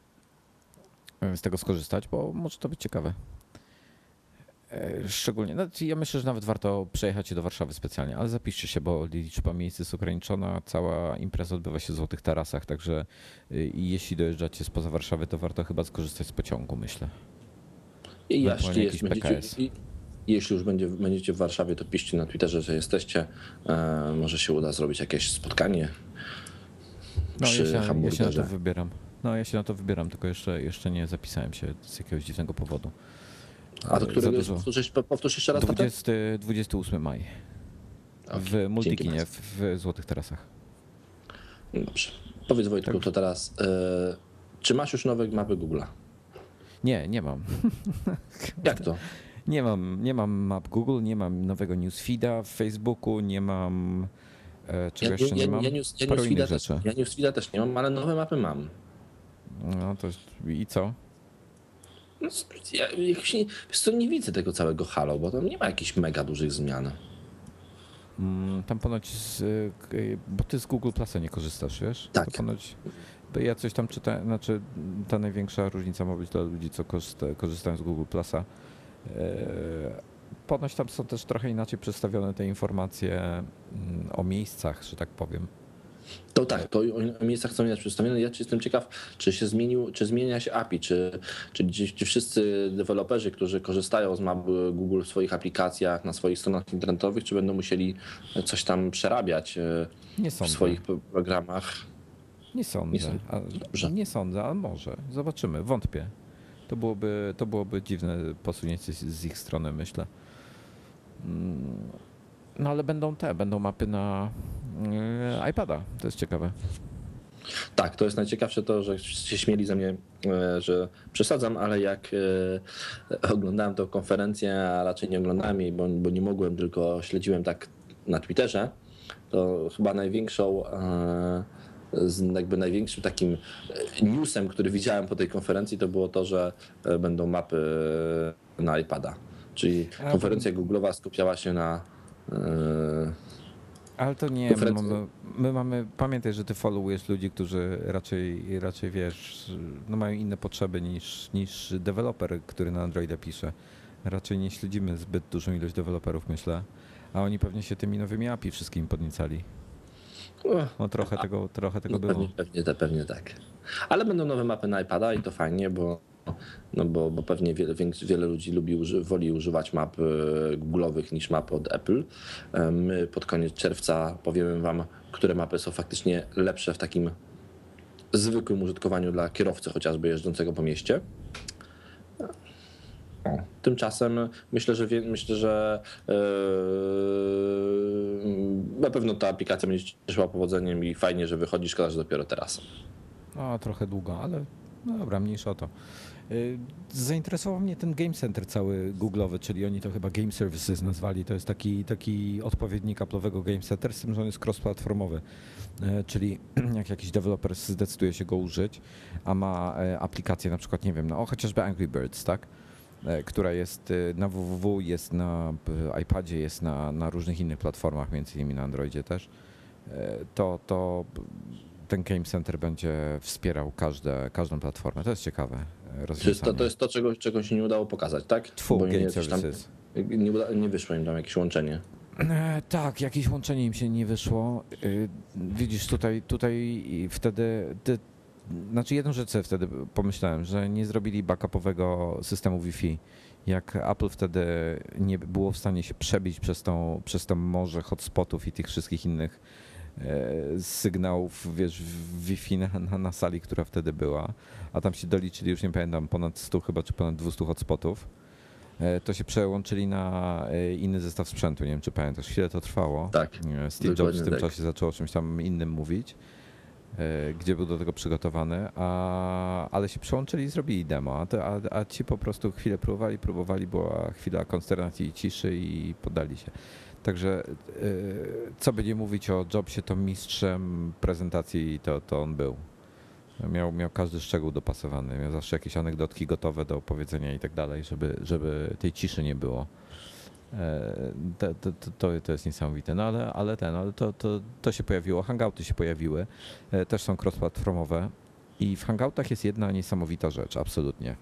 S1: z tego skorzystać, bo może to być ciekawe. Szczególnie, ja myślę, że nawet warto przejechać się do Warszawy specjalnie, ale zapiszcie się, bo liczba miejsc jest ograniczona, cała impreza odbywa się w Złotych Tarasach, także jeśli dojeżdżacie spoza Warszawy, to warto chyba skorzystać z pociągu, myślę.
S2: I jeśli już będziecie w Warszawie, to piszcie na Twitterze, że jesteście. Może się uda zrobić jakieś spotkanie przy hamburgerze.
S1: Ja się na to wybieram. Ja się na to wybieram, tylko jeszcze nie zapisałem się z jakiegoś dziwnego powodu.
S2: A do którego powtórz jeszcze raz?
S1: 28 maj. Okay, w Multikinie w Złotych Tarasach.
S2: Dobrze. Powiedz, Wojtku, to teraz, czy masz już nowe mapy Google'a?
S1: Nie mam.
S2: Jak to?
S1: Nie mam map Google, nie mam nowego newsfeeda w Facebooku, nie mam... Czego jeszcze nie mam?
S2: Ja newsfeeda też nie mam, ale nowe mapy mam.
S1: No to i co?
S2: No, ja nie widzę tego całego halo, bo tam nie ma jakichś mega dużych zmian.
S1: Tam ponoć, bo ty z Google Plusa nie korzystasz, wiesz?
S2: Tak.
S1: To ponoć, bo ja coś tam czytałem, znaczy ta największa różnica ma być dla ludzi, co korzystają z Google Plusa. Ponoć tam są też trochę inaczej przedstawione te informacje o miejscach, że tak powiem.
S2: To tak, to o miejscach są inaczej przedstawione. Ja jestem ciekaw, czy zmienia się API, czy wszyscy deweloperzy, którzy korzystają z map Google w swoich aplikacjach, na swoich stronach internetowych, czy będą musieli coś tam przerabiać w swoich programach.
S1: Nie sądzę, ale może. Zobaczymy, wątpię. To byłoby dziwne posunięcie z ich strony, myślę. No ale będą mapy na iPada, to jest ciekawe.
S2: Tak, to jest najciekawsze to, że się śmieli ze mnie, że przesadzam, ale jak oglądałem tę konferencję, a raczej nie oglądałem jej, bo nie mogłem, tylko śledziłem tak na Twitterze, to chyba największym takim newsem, który widziałem po tej konferencji, to było to, że będą mapy na iPada. Czyli konferencja Google'owa skupiała się na
S1: ale to nie, my mamy, pamiętaj, że ty followujesz ludzi, którzy raczej wiesz, no mają inne potrzeby niż deweloper, który na Androida pisze. Raczej nie śledzimy zbyt dużą ilość deweloperów, myślę, a oni pewnie się tymi nowymi API wszystkim podniecali. No trochę tego było.
S2: Pewnie tak. Ale będą nowe mapy na iPada i to fajnie, bo pewnie wiele ludzi woli używać map Google'owych niż map od Apple. My pod koniec czerwca powiemy wam, które mapy są faktycznie lepsze w takim zwykłym użytkowaniu dla kierowcy chociażby jeżdżącego po mieście. Tymczasem myślę, że na pewno ta aplikacja będzie cieszyła powodzeniem i fajnie, że wychodzi, szkoda, że dopiero teraz.
S1: No, trochę długo, ale no dobra, mniejsza o to. Zainteresował mnie ten Game Center cały Google'owy, czyli oni to chyba Game Services nazwali. To jest taki odpowiednik Apple'owego Game Center, z tym, że on jest cross-platformowy. Czyli jak jakiś deweloper zdecyduje się go użyć, a ma aplikację na przykład, nie wiem, no chociażby Angry Birds, tak? Która jest na www, jest na iPadzie, jest na różnych innych platformach, między innymi na Androidzie też, to ten Game Center będzie wspierał każdą platformę. To jest ciekawe rozwiązanie.
S2: To jest to, czego się nie udało pokazać, tak?
S1: Game Services.
S2: Nie wyszło im tam jakieś łączenie.
S1: Tak, jakieś łączenie im się nie wyszło. Widzisz, tutaj wtedy Znaczy jedną rzecz sobie wtedy pomyślałem, że nie zrobili backupowego systemu Wi-Fi. Jak Apple wtedy nie było w stanie się przebić przez to morze hotspotów i tych wszystkich innych sygnałów, wiesz, Wi-Fi na sali, która wtedy była, a tam się doliczyli, już nie pamiętam, ponad 100 chyba, czy ponad 200 hotspotów, to się przełączyli na inny zestaw sprzętu. Nie wiem, czy pamiętasz, chwilę to trwało.
S2: Tak.
S1: Steve Jobs w tym czasie zaczął o czymś tam innym mówić, gdzie był do tego przygotowany, ale się przełączyli i zrobili demo, a ci po prostu chwilę próbowali, była chwila konsternacji i ciszy i poddali się. Także co by nie mówić o Jobsie, to mistrzem prezentacji to on był. Miał każdy szczegół dopasowany, miał zawsze jakieś anegdotki gotowe do opowiedzenia i tak dalej, żeby tej ciszy nie było. To jest niesamowite. No ale to się pojawiło, hangouty się pojawiły, też są cross-platformowe i w hangoutach jest jedna niesamowita rzecz, absolutnie,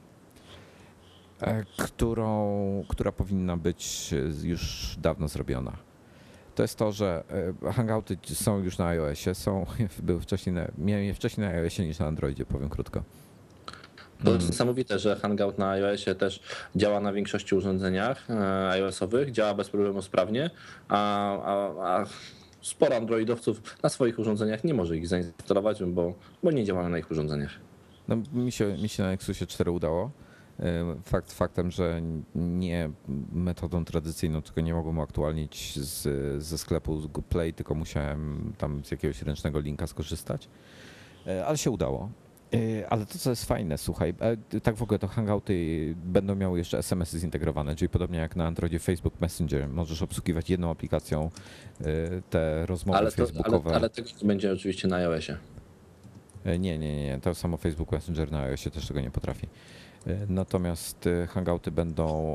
S1: która powinna być już dawno zrobiona. To jest to, że hangouty są już na iOSie, miałem je wcześniej na iOSie niż na Androidzie, powiem krótko.
S2: To jest niesamowite, że Hangout na iOSie też działa na większości urządzeniach iOS-owych, działa bez problemu sprawnie, a sporo androidowców na swoich urządzeniach nie może ich zainstalować, bo nie działają na ich urządzeniach.
S1: No, mi się na Nexusie 4 udało. Faktem, że nie metodą tradycyjną, tylko nie mogłem uaktualnić ze sklepu z Google Play, tylko musiałem tam z jakiegoś ręcznego linka skorzystać, ale się udało. Ale to, co jest fajne, słuchaj, tak w ogóle to hangouty będą miały jeszcze SMS-y zintegrowane, czyli podobnie jak na Androidzie Facebook Messenger, możesz obsługiwać jedną aplikacją te rozmowy facebookowe.
S2: Ale tego nie będzie oczywiście na iOSie.
S1: Nie, to samo Facebook Messenger na iOSie też tego nie potrafi. Natomiast hangouty będą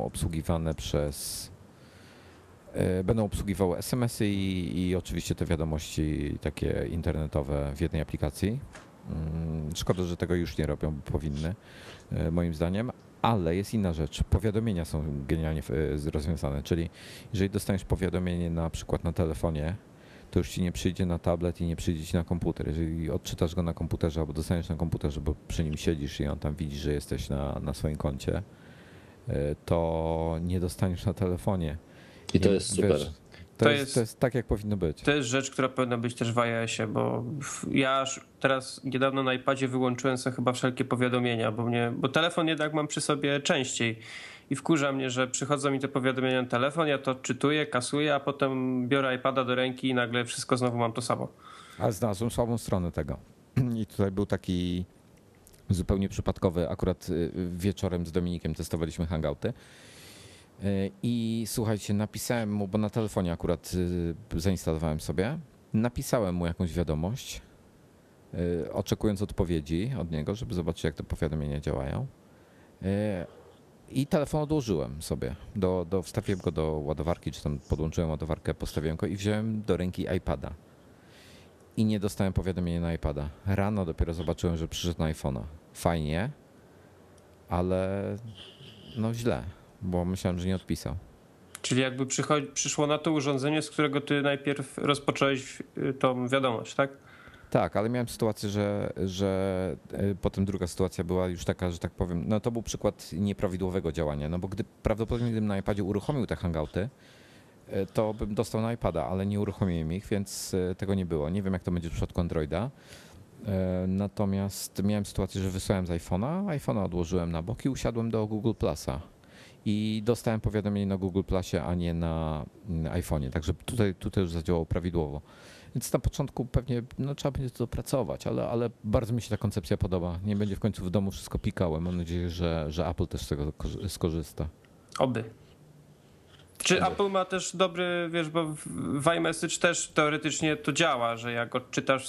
S1: obsługiwały SMS-y i oczywiście te wiadomości takie internetowe w jednej aplikacji. Szkoda, że tego już nie robią, bo powinny, moim zdaniem, ale jest inna rzecz. Powiadomienia są genialnie rozwiązane, czyli jeżeli dostaniesz powiadomienie na przykład na telefonie, to już ci nie przyjdzie na tablet i nie przyjdzie ci na komputer. Jeżeli odczytasz go na komputerze albo dostaniesz na komputerze, bo przy nim siedzisz i on tam widzi, że jesteś na swoim koncie, to nie dostaniesz na telefonie.
S2: I to jest super.
S1: Wiesz, to jest tak, jak powinno być.
S3: To jest rzecz, która powinna być też w iOSie, bo ja teraz niedawno na iPadzie wyłączyłem sobie chyba wszelkie powiadomienia, bo telefon jednak mam przy sobie częściej i wkurza mnie, że przychodzą mi te powiadomienia na telefon, ja to odczytuję, kasuję, a potem biorę iPada do ręki i nagle wszystko znowu mam to samo.
S1: Ale znalazłem słabą stronę tego. I tutaj był taki zupełnie przypadkowy, akurat wieczorem z Dominikiem testowaliśmy hangouty. I słuchajcie, napisałem mu, bo na telefonie akurat zainstalowałem sobie, napisałem mu jakąś wiadomość, oczekując odpowiedzi od niego, żeby zobaczyć, jak te powiadomienia działają. I telefon odłożyłem sobie, wstawiłem go do ładowarki, czy tam podłączyłem ładowarkę, postawiłem go i wziąłem do ręki iPada. I nie dostałem powiadomienia na iPada. Rano dopiero zobaczyłem, że przyszedł na iPhone'a. Fajnie, ale no źle. Bo myślałem, że nie odpisał.
S3: Czyli jakby przyszło na to urządzenie, z którego ty najpierw rozpocząłeś tą wiadomość, tak?
S1: Tak, ale miałem sytuację, że potem druga sytuacja była już taka, że tak powiem, no to był przykład nieprawidłowego działania, no bo prawdopodobnie gdybym na iPadzie uruchomił te hangouty, to bym dostał na iPada, ale nie uruchomiłem ich, więc tego nie było. Nie wiem, jak to będzie w przypadku Androida. Natomiast miałem sytuację, że wysłałem z iPhone'a odłożyłem na bok i usiadłem do Google Plusa. I dostałem powiadomienie na Google Plusie, a nie na iPhone'ie. Także tutaj już zadziałało prawidłowo. Więc na początku pewnie trzeba będzie to dopracować, ale bardzo mi się ta koncepcja podoba. Nie będzie w końcu w domu wszystko pikało. Mam nadzieję, że Apple też z tego skorzysta.
S3: Oby. Czy Apple ma też dobry, wiesz, bo w iMessage też teoretycznie to działa, że jak odczytasz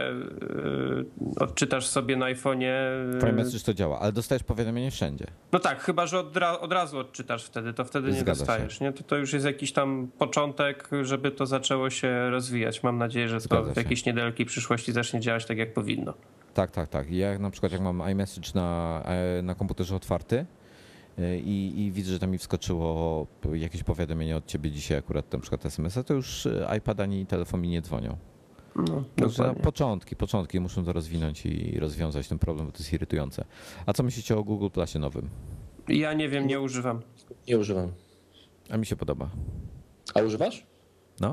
S3: sobie na iPhone'ie...
S1: W iMessage to działa, ale dostajesz powiadomienie wszędzie.
S3: No tak, chyba że od razu odczytasz wtedy, to wtedy nie dostajesz. Nie? To już jest jakiś tam początek, żeby to zaczęło się rozwijać. Mam nadzieję, że to w jakiejś niedalekiej przyszłości zacznie działać tak, jak powinno.
S1: Tak. Ja na przykład jak mam iMessage na komputerze otwarty, i widzę, że tam mi wskoczyło jakieś powiadomienie od ciebie dzisiaj akurat, na przykład SMS-a, to już iPad ani telefon mi nie dzwonią. No, początki muszą to rozwinąć i rozwiązać ten problem, bo to jest irytujące. A co myślicie o Google Plusie nowym?
S3: Ja nie wiem, nie używam.
S2: Nie używam.
S1: A mi się podoba.
S2: A używasz?
S1: No.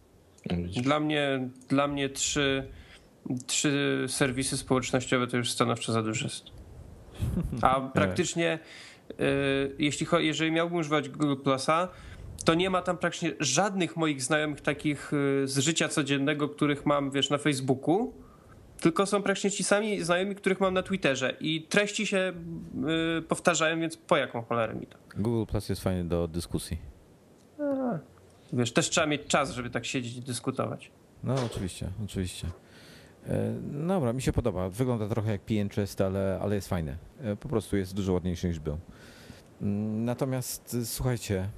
S3: Dla mnie trzy serwisy społecznościowe to już stanowczo za dużo jest. A praktycznie jeżeli miałbym używać Google Plusa, to nie ma tam praktycznie żadnych moich znajomych takich z życia codziennego, których mam, wiesz, na Facebooku, tylko są praktycznie ci sami znajomi, których mam na Twitterze i treści się powtarzają, więc po jaką cholerę mi to?
S1: Google Plus jest fajny do dyskusji.
S3: Wiesz, też trzeba mieć czas, żeby tak siedzieć i dyskutować.
S1: No oczywiście. Dobra, mi się podoba. Wygląda trochę jak Pinterest, ale jest fajny. Po prostu jest dużo ładniejszy niż był. Natomiast słuchajcie,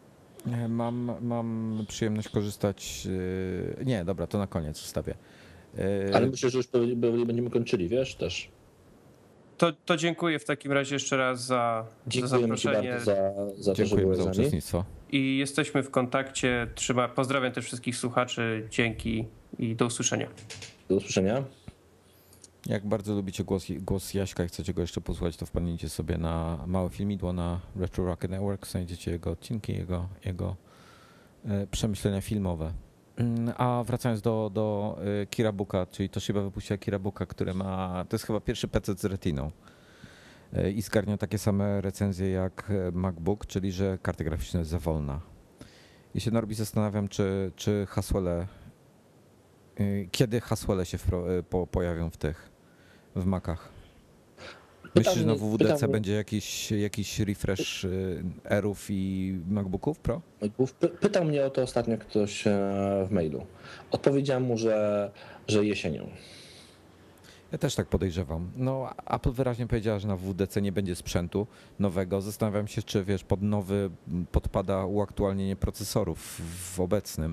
S1: mam przyjemność korzystać... Nie, dobra, to na koniec zostawię.
S2: Ale myślę, że już będziemy kończyli, wiesz, też.
S3: To dziękuję w takim razie jeszcze raz za zaproszenie.
S2: Za to, że byłeś
S1: za
S2: z nami.
S1: uczestnictwo.
S3: I jesteśmy w kontakcie. Pozdrawiam też wszystkich słuchaczy. Dzięki i do usłyszenia.
S2: Do usłyszenia.
S1: Jak bardzo lubicie głos Jaśka i chcecie go jeszcze posłuchać, to wpadnijcie sobie na małe filmidło na Retro Rocket Network, znajdziecie jego odcinki, jego przemyślenia filmowe. A wracając do Kira Booka, czyli Toshiba wypuściła Kira Booka, który to jest chyba pierwszy PC z retiną i zgarnia takie same recenzje jak MacBook, czyli że karta graficzna jest za wolna. I się Norbi zastanawiam, czy Haswelle, kiedy Haswelle się pojawią w Macach. Myślisz, że na WWDC będzie jakiś refresh Airów i MacBooków Pro?
S2: Pytał mnie o to ostatnio ktoś w mailu. Odpowiedziałem mu, że jesienią.
S1: Ja też tak podejrzewam. No, Apple wyraźnie powiedziała, że na WWDC nie będzie sprzętu nowego. Zastanawiam się, czy wiesz, pod nowy podpada uaktualnienie procesorów w obecnym.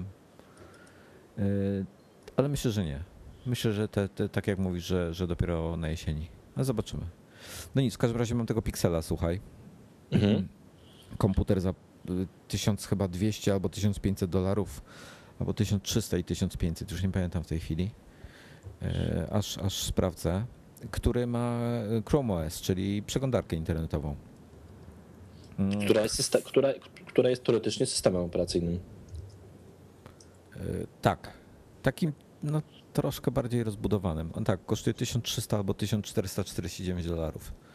S1: Ale myślę, że nie. Myślę, że tak jak mówisz, że dopiero na jesieni. Ale zobaczymy. No nic, w każdym razie mam tego Pixela, słuchaj. Komputer za 1200 albo $1500, albo 1300 i 1500, już nie pamiętam w tej chwili. Aż sprawdzę, który ma Chrome OS, czyli przeglądarkę internetową.
S2: Która jest teoretycznie systemem operacyjnym.
S1: Tak. Takim troszkę bardziej rozbudowanym. On tak, kosztuje 1300 albo $1449.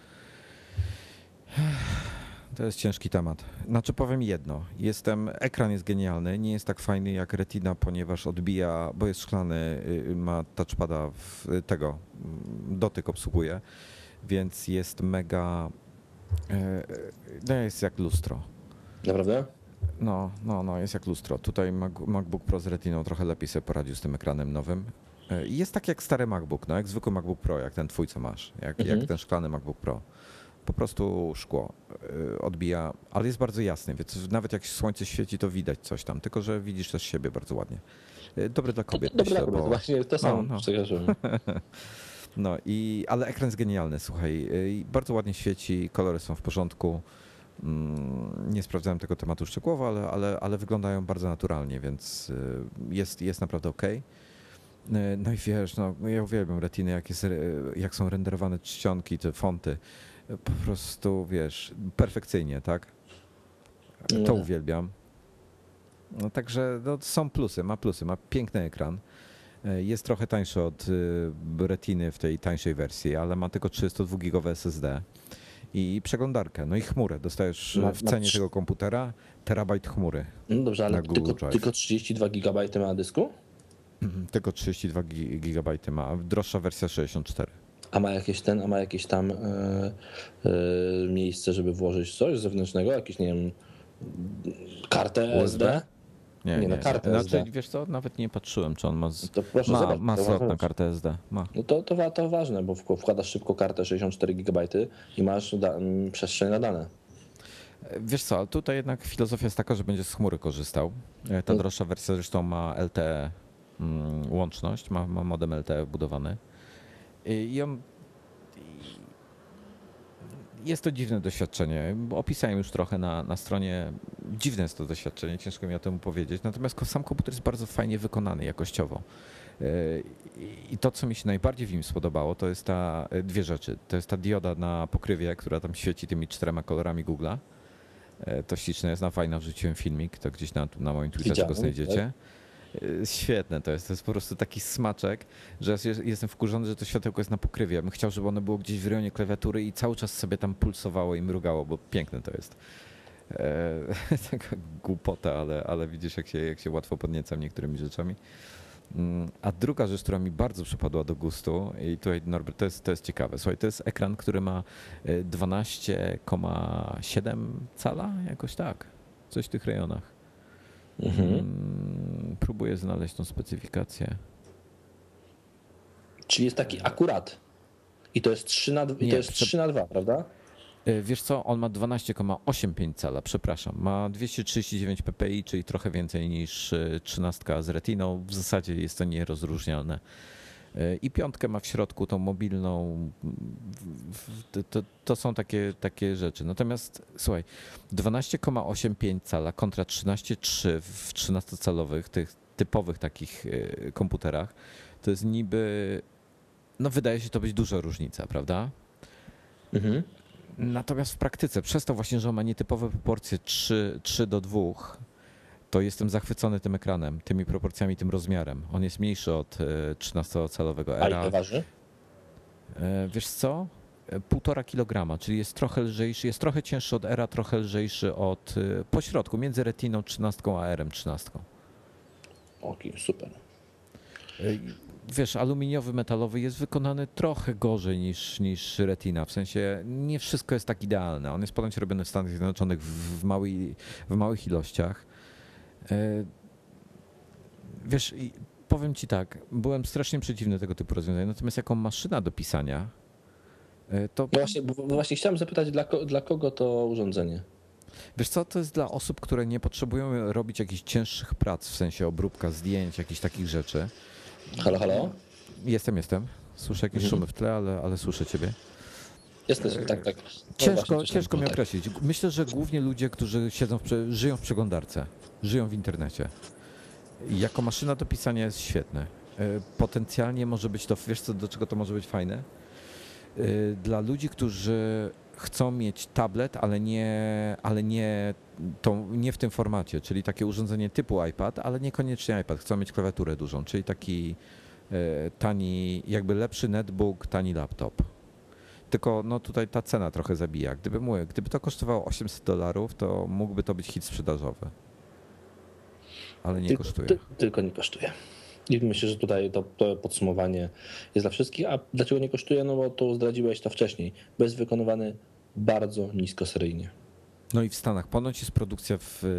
S1: To jest ciężki temat. Znaczy powiem jedno, ekran jest genialny, nie jest tak fajny jak Retina, ponieważ odbija, bo jest szklany, ma touchpada, dotyk obsługuje, więc jest mega, jest jak lustro.
S2: Naprawdę?
S1: No, jest jak lustro. Tutaj MacBook Pro z Retiną trochę lepiej sobie poradził z tym ekranem nowym. Jest tak jak stary MacBook, jak zwykły MacBook Pro, jak ten twój, co masz, jak ten szklany MacBook Pro. Po prostu szkło odbija, ale jest bardzo jasny, więc nawet jak słońce świeci, to widać coś tam, tylko że widzisz też siebie bardzo ładnie. Dobry dla kobiet.
S2: Dobry dla kobiet, właśnie to samo.
S1: Ale ekran jest genialny, słuchaj, bardzo ładnie świeci, kolory są w porządku. Nie sprawdzałem tego tematu szczegółowo, ale wyglądają bardzo naturalnie, więc jest naprawdę okej. No i wiesz, ja uwielbiam Retiny, jak są renderowane czcionki, te fonty. Po prostu, wiesz, perfekcyjnie, tak? To uwielbiam. No, także są plusy, ma piękny ekran. Jest trochę tańszy od Retiny w tej tańszej wersji, ale ma tylko 32GB SSD i przeglądarkę, no i chmurę. Dostajesz w cenie tego komputera terabajt chmury.
S2: No dobrze, ale tylko 32 GB ma na dysku?
S1: Tylko 32 GB ma, droższa wersja 64.
S2: A ma jakieś tam miejsce, żeby włożyć coś zewnętrznego? Jakieś, nie wiem, kartę SD?
S1: Nie,
S2: na kartę SD.
S1: Znaczy, wiesz co, nawet nie patrzyłem, czy on ma
S2: ma
S1: slot na kartę SD. Ma.
S2: No to ważne, bo wkładasz szybko kartę 64 GB i masz przestrzeń na dane.
S1: Wiesz co, ale tutaj jednak filozofia jest taka, że będziesz z chmury korzystał. Ta droższa wersja zresztą ma LTE łączność, ma modem LTE wbudowany. I jest to dziwne doświadczenie. Opisałem już trochę na stronie. Dziwne jest to doświadczenie, ciężko mi o tym powiedzieć. Natomiast sam komputer jest bardzo fajnie wykonany jakościowo. I to, co mi się najbardziej w nim spodobało, to jest dwie rzeczy. To jest ta dioda na pokrywie, która tam świeci tymi 4 kolorami Google'a. To śliczne jest, fajna, wrzuciłem filmik, to gdzieś na moim Twitterze go znajdziecie. Tak? Świetne to jest po prostu taki smaczek, że jestem wkurzony, że to światełko jest na pokrywie. Ja bym chciał, żeby ono było gdzieś w rejonie klawiatury i cały czas sobie tam pulsowało i mrugało, bo piękne to jest. Taka głupota, ale widzisz, jak się łatwo podniecam niektórymi rzeczami. A druga rzecz, która mi bardzo przypadła do gustu, i tutaj Norbert, to jest ciekawe. Słuchaj, to jest ekran, który ma 12,7 cala, jakoś tak, coś w tych rejonach. Próbuję znaleźć tą specyfikację.
S2: Czyli jest taki akurat. I to jest 3:2, prawda?
S1: Wiesz co, on ma 12,85 cala, przepraszam. Ma 239 ppi, czyli trochę więcej niż 13 z Retiną. W zasadzie jest to nierozróżnialne. I 5 ma w środku tą mobilną. To są takie rzeczy. Natomiast słuchaj, 12,85 cala kontra 13,3 w 13-calowych, tych typowych takich komputerach, to jest niby, wydaje się to być duża różnica, prawda? Mhm. Natomiast w praktyce, przez to właśnie, że on ma nietypowe proporcje 3:2, to jestem zachwycony tym ekranem, tymi proporcjami, tym rozmiarem. On jest mniejszy od 13-calowego Era.
S2: A ile waży?
S1: Wiesz co? 1,5 kg, czyli jest trochę lżejszy, jest trochę cięższy od Era, trochę lżejszy od pośrodku, między Retiną 13 a Erem 13.
S2: Okej, super.
S1: Wiesz, aluminiowy, metalowy jest wykonany trochę gorzej niż Retina. W sensie nie wszystko jest tak idealne. On jest ponoć robiony w Stanach Zjednoczonych w małych ilościach. Wiesz, powiem ci tak, byłem strasznie przeciwny tego typu rozwiązań. Natomiast jako maszyna do pisania, to...
S2: Właśnie chciałem zapytać, dla kogo to urządzenie?
S1: Wiesz co, to jest dla osób, które nie potrzebują robić jakichś cięższych prac, w sensie obróbka zdjęć, jakichś takich rzeczy.
S2: Halo?
S1: Jestem. Słyszę jakieś szumy w tle, ale słyszę ciebie.
S2: Jestem, tak.
S1: Ciężko mi określić. Myślę, że głównie ludzie, którzy żyją w przeglądarce, żyją w internecie. Jako maszyna do pisania jest świetne. Potencjalnie może być to, wiesz co, do czego to może być fajne? Dla ludzi, którzy chcą mieć tablet, ale nie w tym formacie, czyli takie urządzenie typu iPad, ale niekoniecznie iPad. Chcą mieć klawiaturę dużą, czyli taki tani, jakby lepszy netbook, tani laptop. Tylko tutaj ta cena trochę zabija. Gdyby to kosztowało $800, to mógłby to być hit sprzedażowy. Ale nie kosztuje.
S2: Tylko nie kosztuje. I myślę, że tutaj to podsumowanie jest dla wszystkich. A dlaczego nie kosztuje? No bo to zdradziłeś to wcześniej. Bo jest wykonywany bardzo niskoseryjnie.
S1: No i w Stanach. Ponoć jest produkcja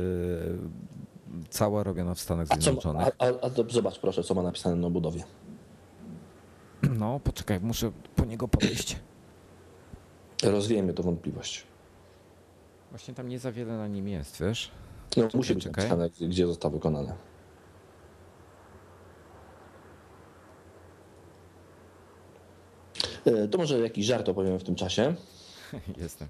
S1: cała robiona w Stanach Zjednoczonych.
S2: Zobacz proszę, co ma napisane na obudowie.
S1: No, poczekaj, muszę po niego podejść.
S2: Rozwiejmy tę wątpliwość.
S1: Właśnie tam nie za wiele na nim jest, wiesz?
S2: No, musi być napisane, gdzie został wykonany. To może jakiś żart opowiem w tym czasie.
S1: Jestem.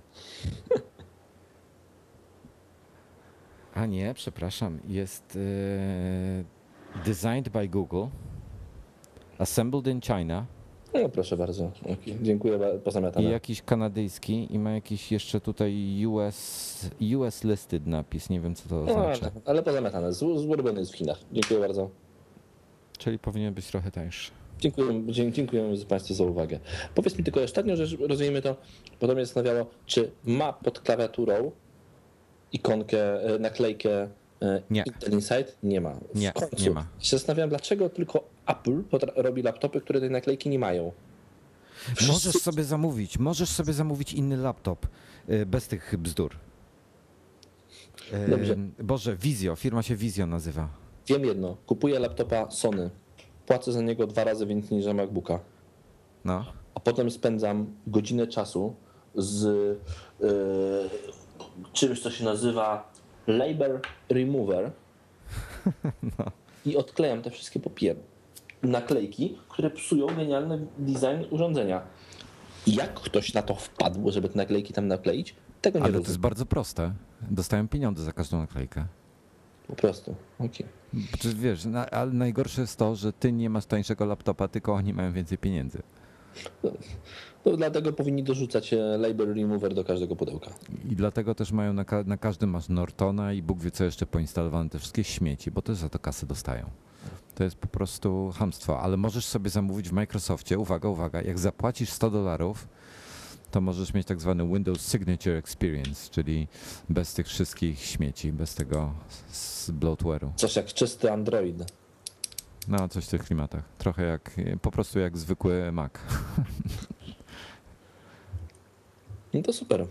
S1: A nie, przepraszam. Jest designed by Google, assembled in China.
S2: No proszę bardzo. Okay. Dziękuję, pozamiatane.
S1: I jakiś kanadyjski i ma jakiś jeszcze tutaj US listed napis. Nie wiem, co to oznacza.
S2: Ale pozamiatane. Zrobiony jest w Chinach. Dziękuję bardzo.
S1: Czyli powinien być trochę tańszy.
S2: Dziękuję Państwu za uwagę. Powiedz mi tylko ostatnią rzecz, rozumiemy to, bo to mnie zastanawiało, czy ma pod klawiaturą ikonkę, naklejkę Intel Inside? Nie ma.
S1: Nie ma.
S2: Się zastanawiam, dlaczego tylko Apple robi laptopy, które tej naklejki nie mają.
S1: Możesz sobie zamówić inny laptop bez tych bzdur.
S2: Dobrze.
S1: Boże, Vizio, firma się Vizio nazywa.
S2: Wiem jedno, kupuję laptopa Sony, płacę za niego 2 razy więcej niż za MacBooka.
S1: No.
S2: A potem spędzam godzinę czasu z czymś, co się nazywa Label Remover no. I odklejam te wszystkie naklejki, które psują genialny design urządzenia. Jak ktoś na to wpadł, żeby te naklejki tam nakleić? Tego nie
S1: Ale
S2: rozumiem.
S1: to jest bardzo proste. Dostają pieniądze za każdą naklejkę.
S2: Po prostu, okej.
S1: Wiesz, ale najgorsze jest to, że ty nie masz tańszego laptopa, tylko oni mają więcej pieniędzy.
S2: No, dlatego powinni dorzucać label remover do każdego pudełka.
S1: I dlatego też mają na każdym masz Nortona i Bóg wie co jeszcze poinstalowane, te wszystkie śmieci, bo też za to kasę dostają. To jest po prostu chamstwo, ale możesz sobie zamówić w Microsoftie, uwaga, jak zapłacisz $100, to możesz mieć tak zwany Windows Signature Experience, czyli bez tych wszystkich śmieci, bez tego bloatware'u.
S2: Coś jak czysty Android.
S1: No, coś w tych klimatach. Trochę po prostu jak zwykły Mac.
S2: No to super.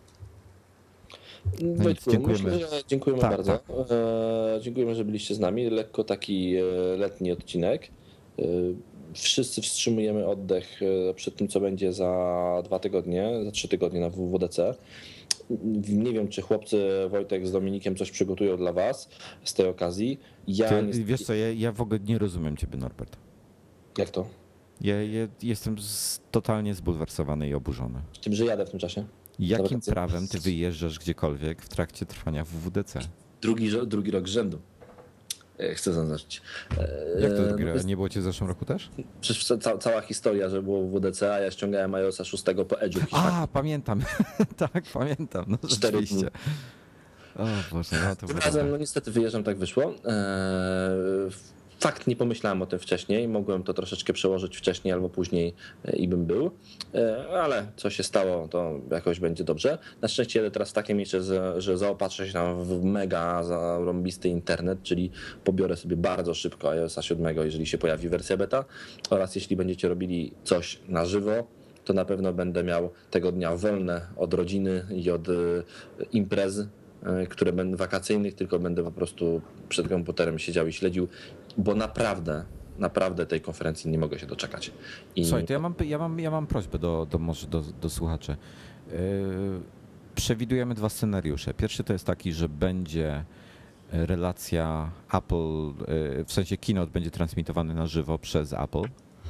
S1: No
S2: Wojtku,
S1: dziękujemy.
S2: Myślę, że dziękujemy
S1: Tak,
S2: bardzo.
S1: tak.
S2: Dziękujemy, że byliście z nami. Lekko taki letni odcinek. Wszyscy wstrzymujemy oddech przed tym, co będzie za 2 tygodnie, za 3 tygodnie na WWDC. Nie wiem, czy chłopcy Wojtek z Dominikiem coś przygotują dla was z tej okazji.
S1: Wiesz co, ja w ogóle nie rozumiem ciebie, Norbert.
S2: Jak to?
S1: Ja jestem totalnie zbulwersowany i oburzony.
S2: Z tym, że jadę w tym czasie.
S1: Jakim prawem ty wyjeżdżasz gdziekolwiek w trakcie trwania WWDC?
S2: Drugi rok z rzędu. Chcę zaznaczyć.
S1: Jak to drugi rok? Nie było cię w zeszłym roku też?
S2: Przecież cała historia, że było WWDC, a ja ściągałem iOS 6 po Edge'u.
S1: A, pamiętam. Tak, pamiętam. No
S2: 4 dni.
S1: rzeczywiście. O Boże, no to
S2: Tym
S1: było
S2: razem,
S1: dobre.
S2: no niestety wyjeżdżam, tak wyszło. Fakt, nie pomyślałem o tym wcześniej, mogłem to troszeczkę przełożyć wcześniej albo później i bym był, ale co się stało, to jakoś będzie dobrze. Na szczęście jedę teraz w takie miejsce, że zaopatrzę się tam w mega zarąbisty internet, czyli pobiorę sobie bardzo szybko iOS 7, jeżeli się pojawi wersja beta, oraz jeśli będziecie robili coś na żywo, to na pewno będę miał tego dnia wolne od rodziny i od imprez, które będą wakacyjnych, tylko będę po prostu przed komputerem siedział i śledził, bo naprawdę tej konferencji nie mogę się doczekać.
S1: Słuchaj, to ja mam prośbę do słuchaczy. Przewidujemy 2 scenariusze. Pierwszy to jest taki, że będzie relacja Apple, w sensie keynote będzie transmitowany na żywo przez Apple.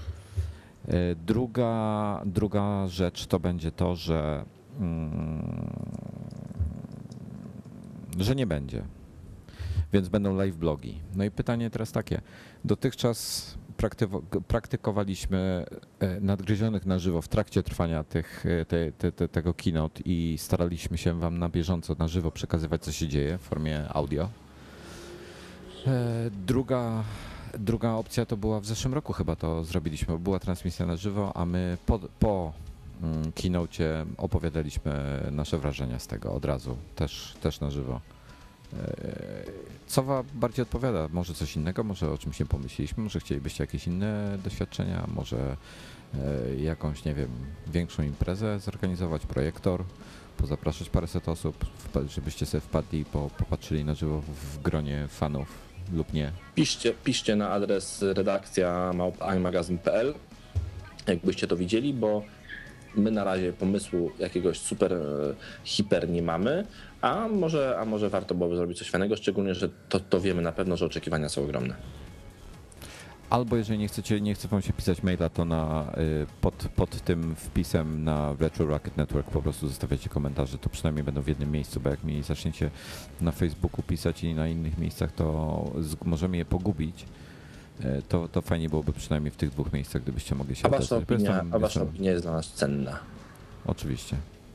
S1: Druga rzecz to będzie to, że nie będzie. Więc będą live blogi. No i pytanie teraz takie. Dotychczas praktykowaliśmy nadgryzionych na żywo w trakcie trwania tego keynote i staraliśmy się wam na bieżąco, na żywo przekazywać, co się dzieje w formie audio. Druga opcja to była w zeszłym roku chyba to zrobiliśmy. Była transmisja na żywo, a my po keynocie opowiadaliśmy nasze wrażenia z tego od razu, też na żywo. Co wam bardziej odpowiada? Może coś innego, może o czymś nie pomyśleliśmy, może chcielibyście jakieś inne doświadczenia, może jakąś, nie wiem, większą imprezę zorganizować, projektor, pozapraszać paręset osób, żebyście sobie wpadli i popatrzyli na żywo w gronie fanów lub nie.
S2: Piszcie na adres redakcja@imagazyn.pl, jakbyście to widzieli, bo my na razie pomysłu jakiegoś hiper nie mamy, a może warto byłoby zrobić coś fajnego, szczególnie, że to wiemy na pewno, że oczekiwania są ogromne.
S1: Albo jeżeli nie chce wam się pisać maila, to pod tym wpisem na Retro Rocket Network po prostu zostawiacie komentarze, to przynajmniej będą w jednym miejscu, bo jak mi zaczniecie na Facebooku pisać i na innych miejscach, to możemy je pogubić. To fajnie byłoby przynajmniej w tych 2 miejscach, gdybyście mogli się
S2: odezwać. A wasza opinia jest dla nas cenna.
S1: Oczywiście.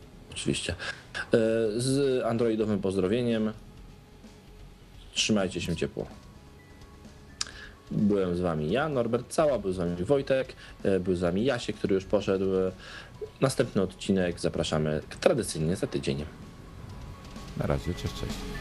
S2: Z androidowym pozdrowieniem. Trzymajcie się ciepło. Byłem z wami ja, Norbert Cała, był z wami Wojtek, był z wami Jasiek, który już poszedł. Następny odcinek zapraszamy tradycyjnie za tydzień.
S1: Na razie, cześć.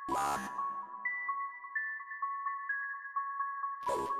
S4: you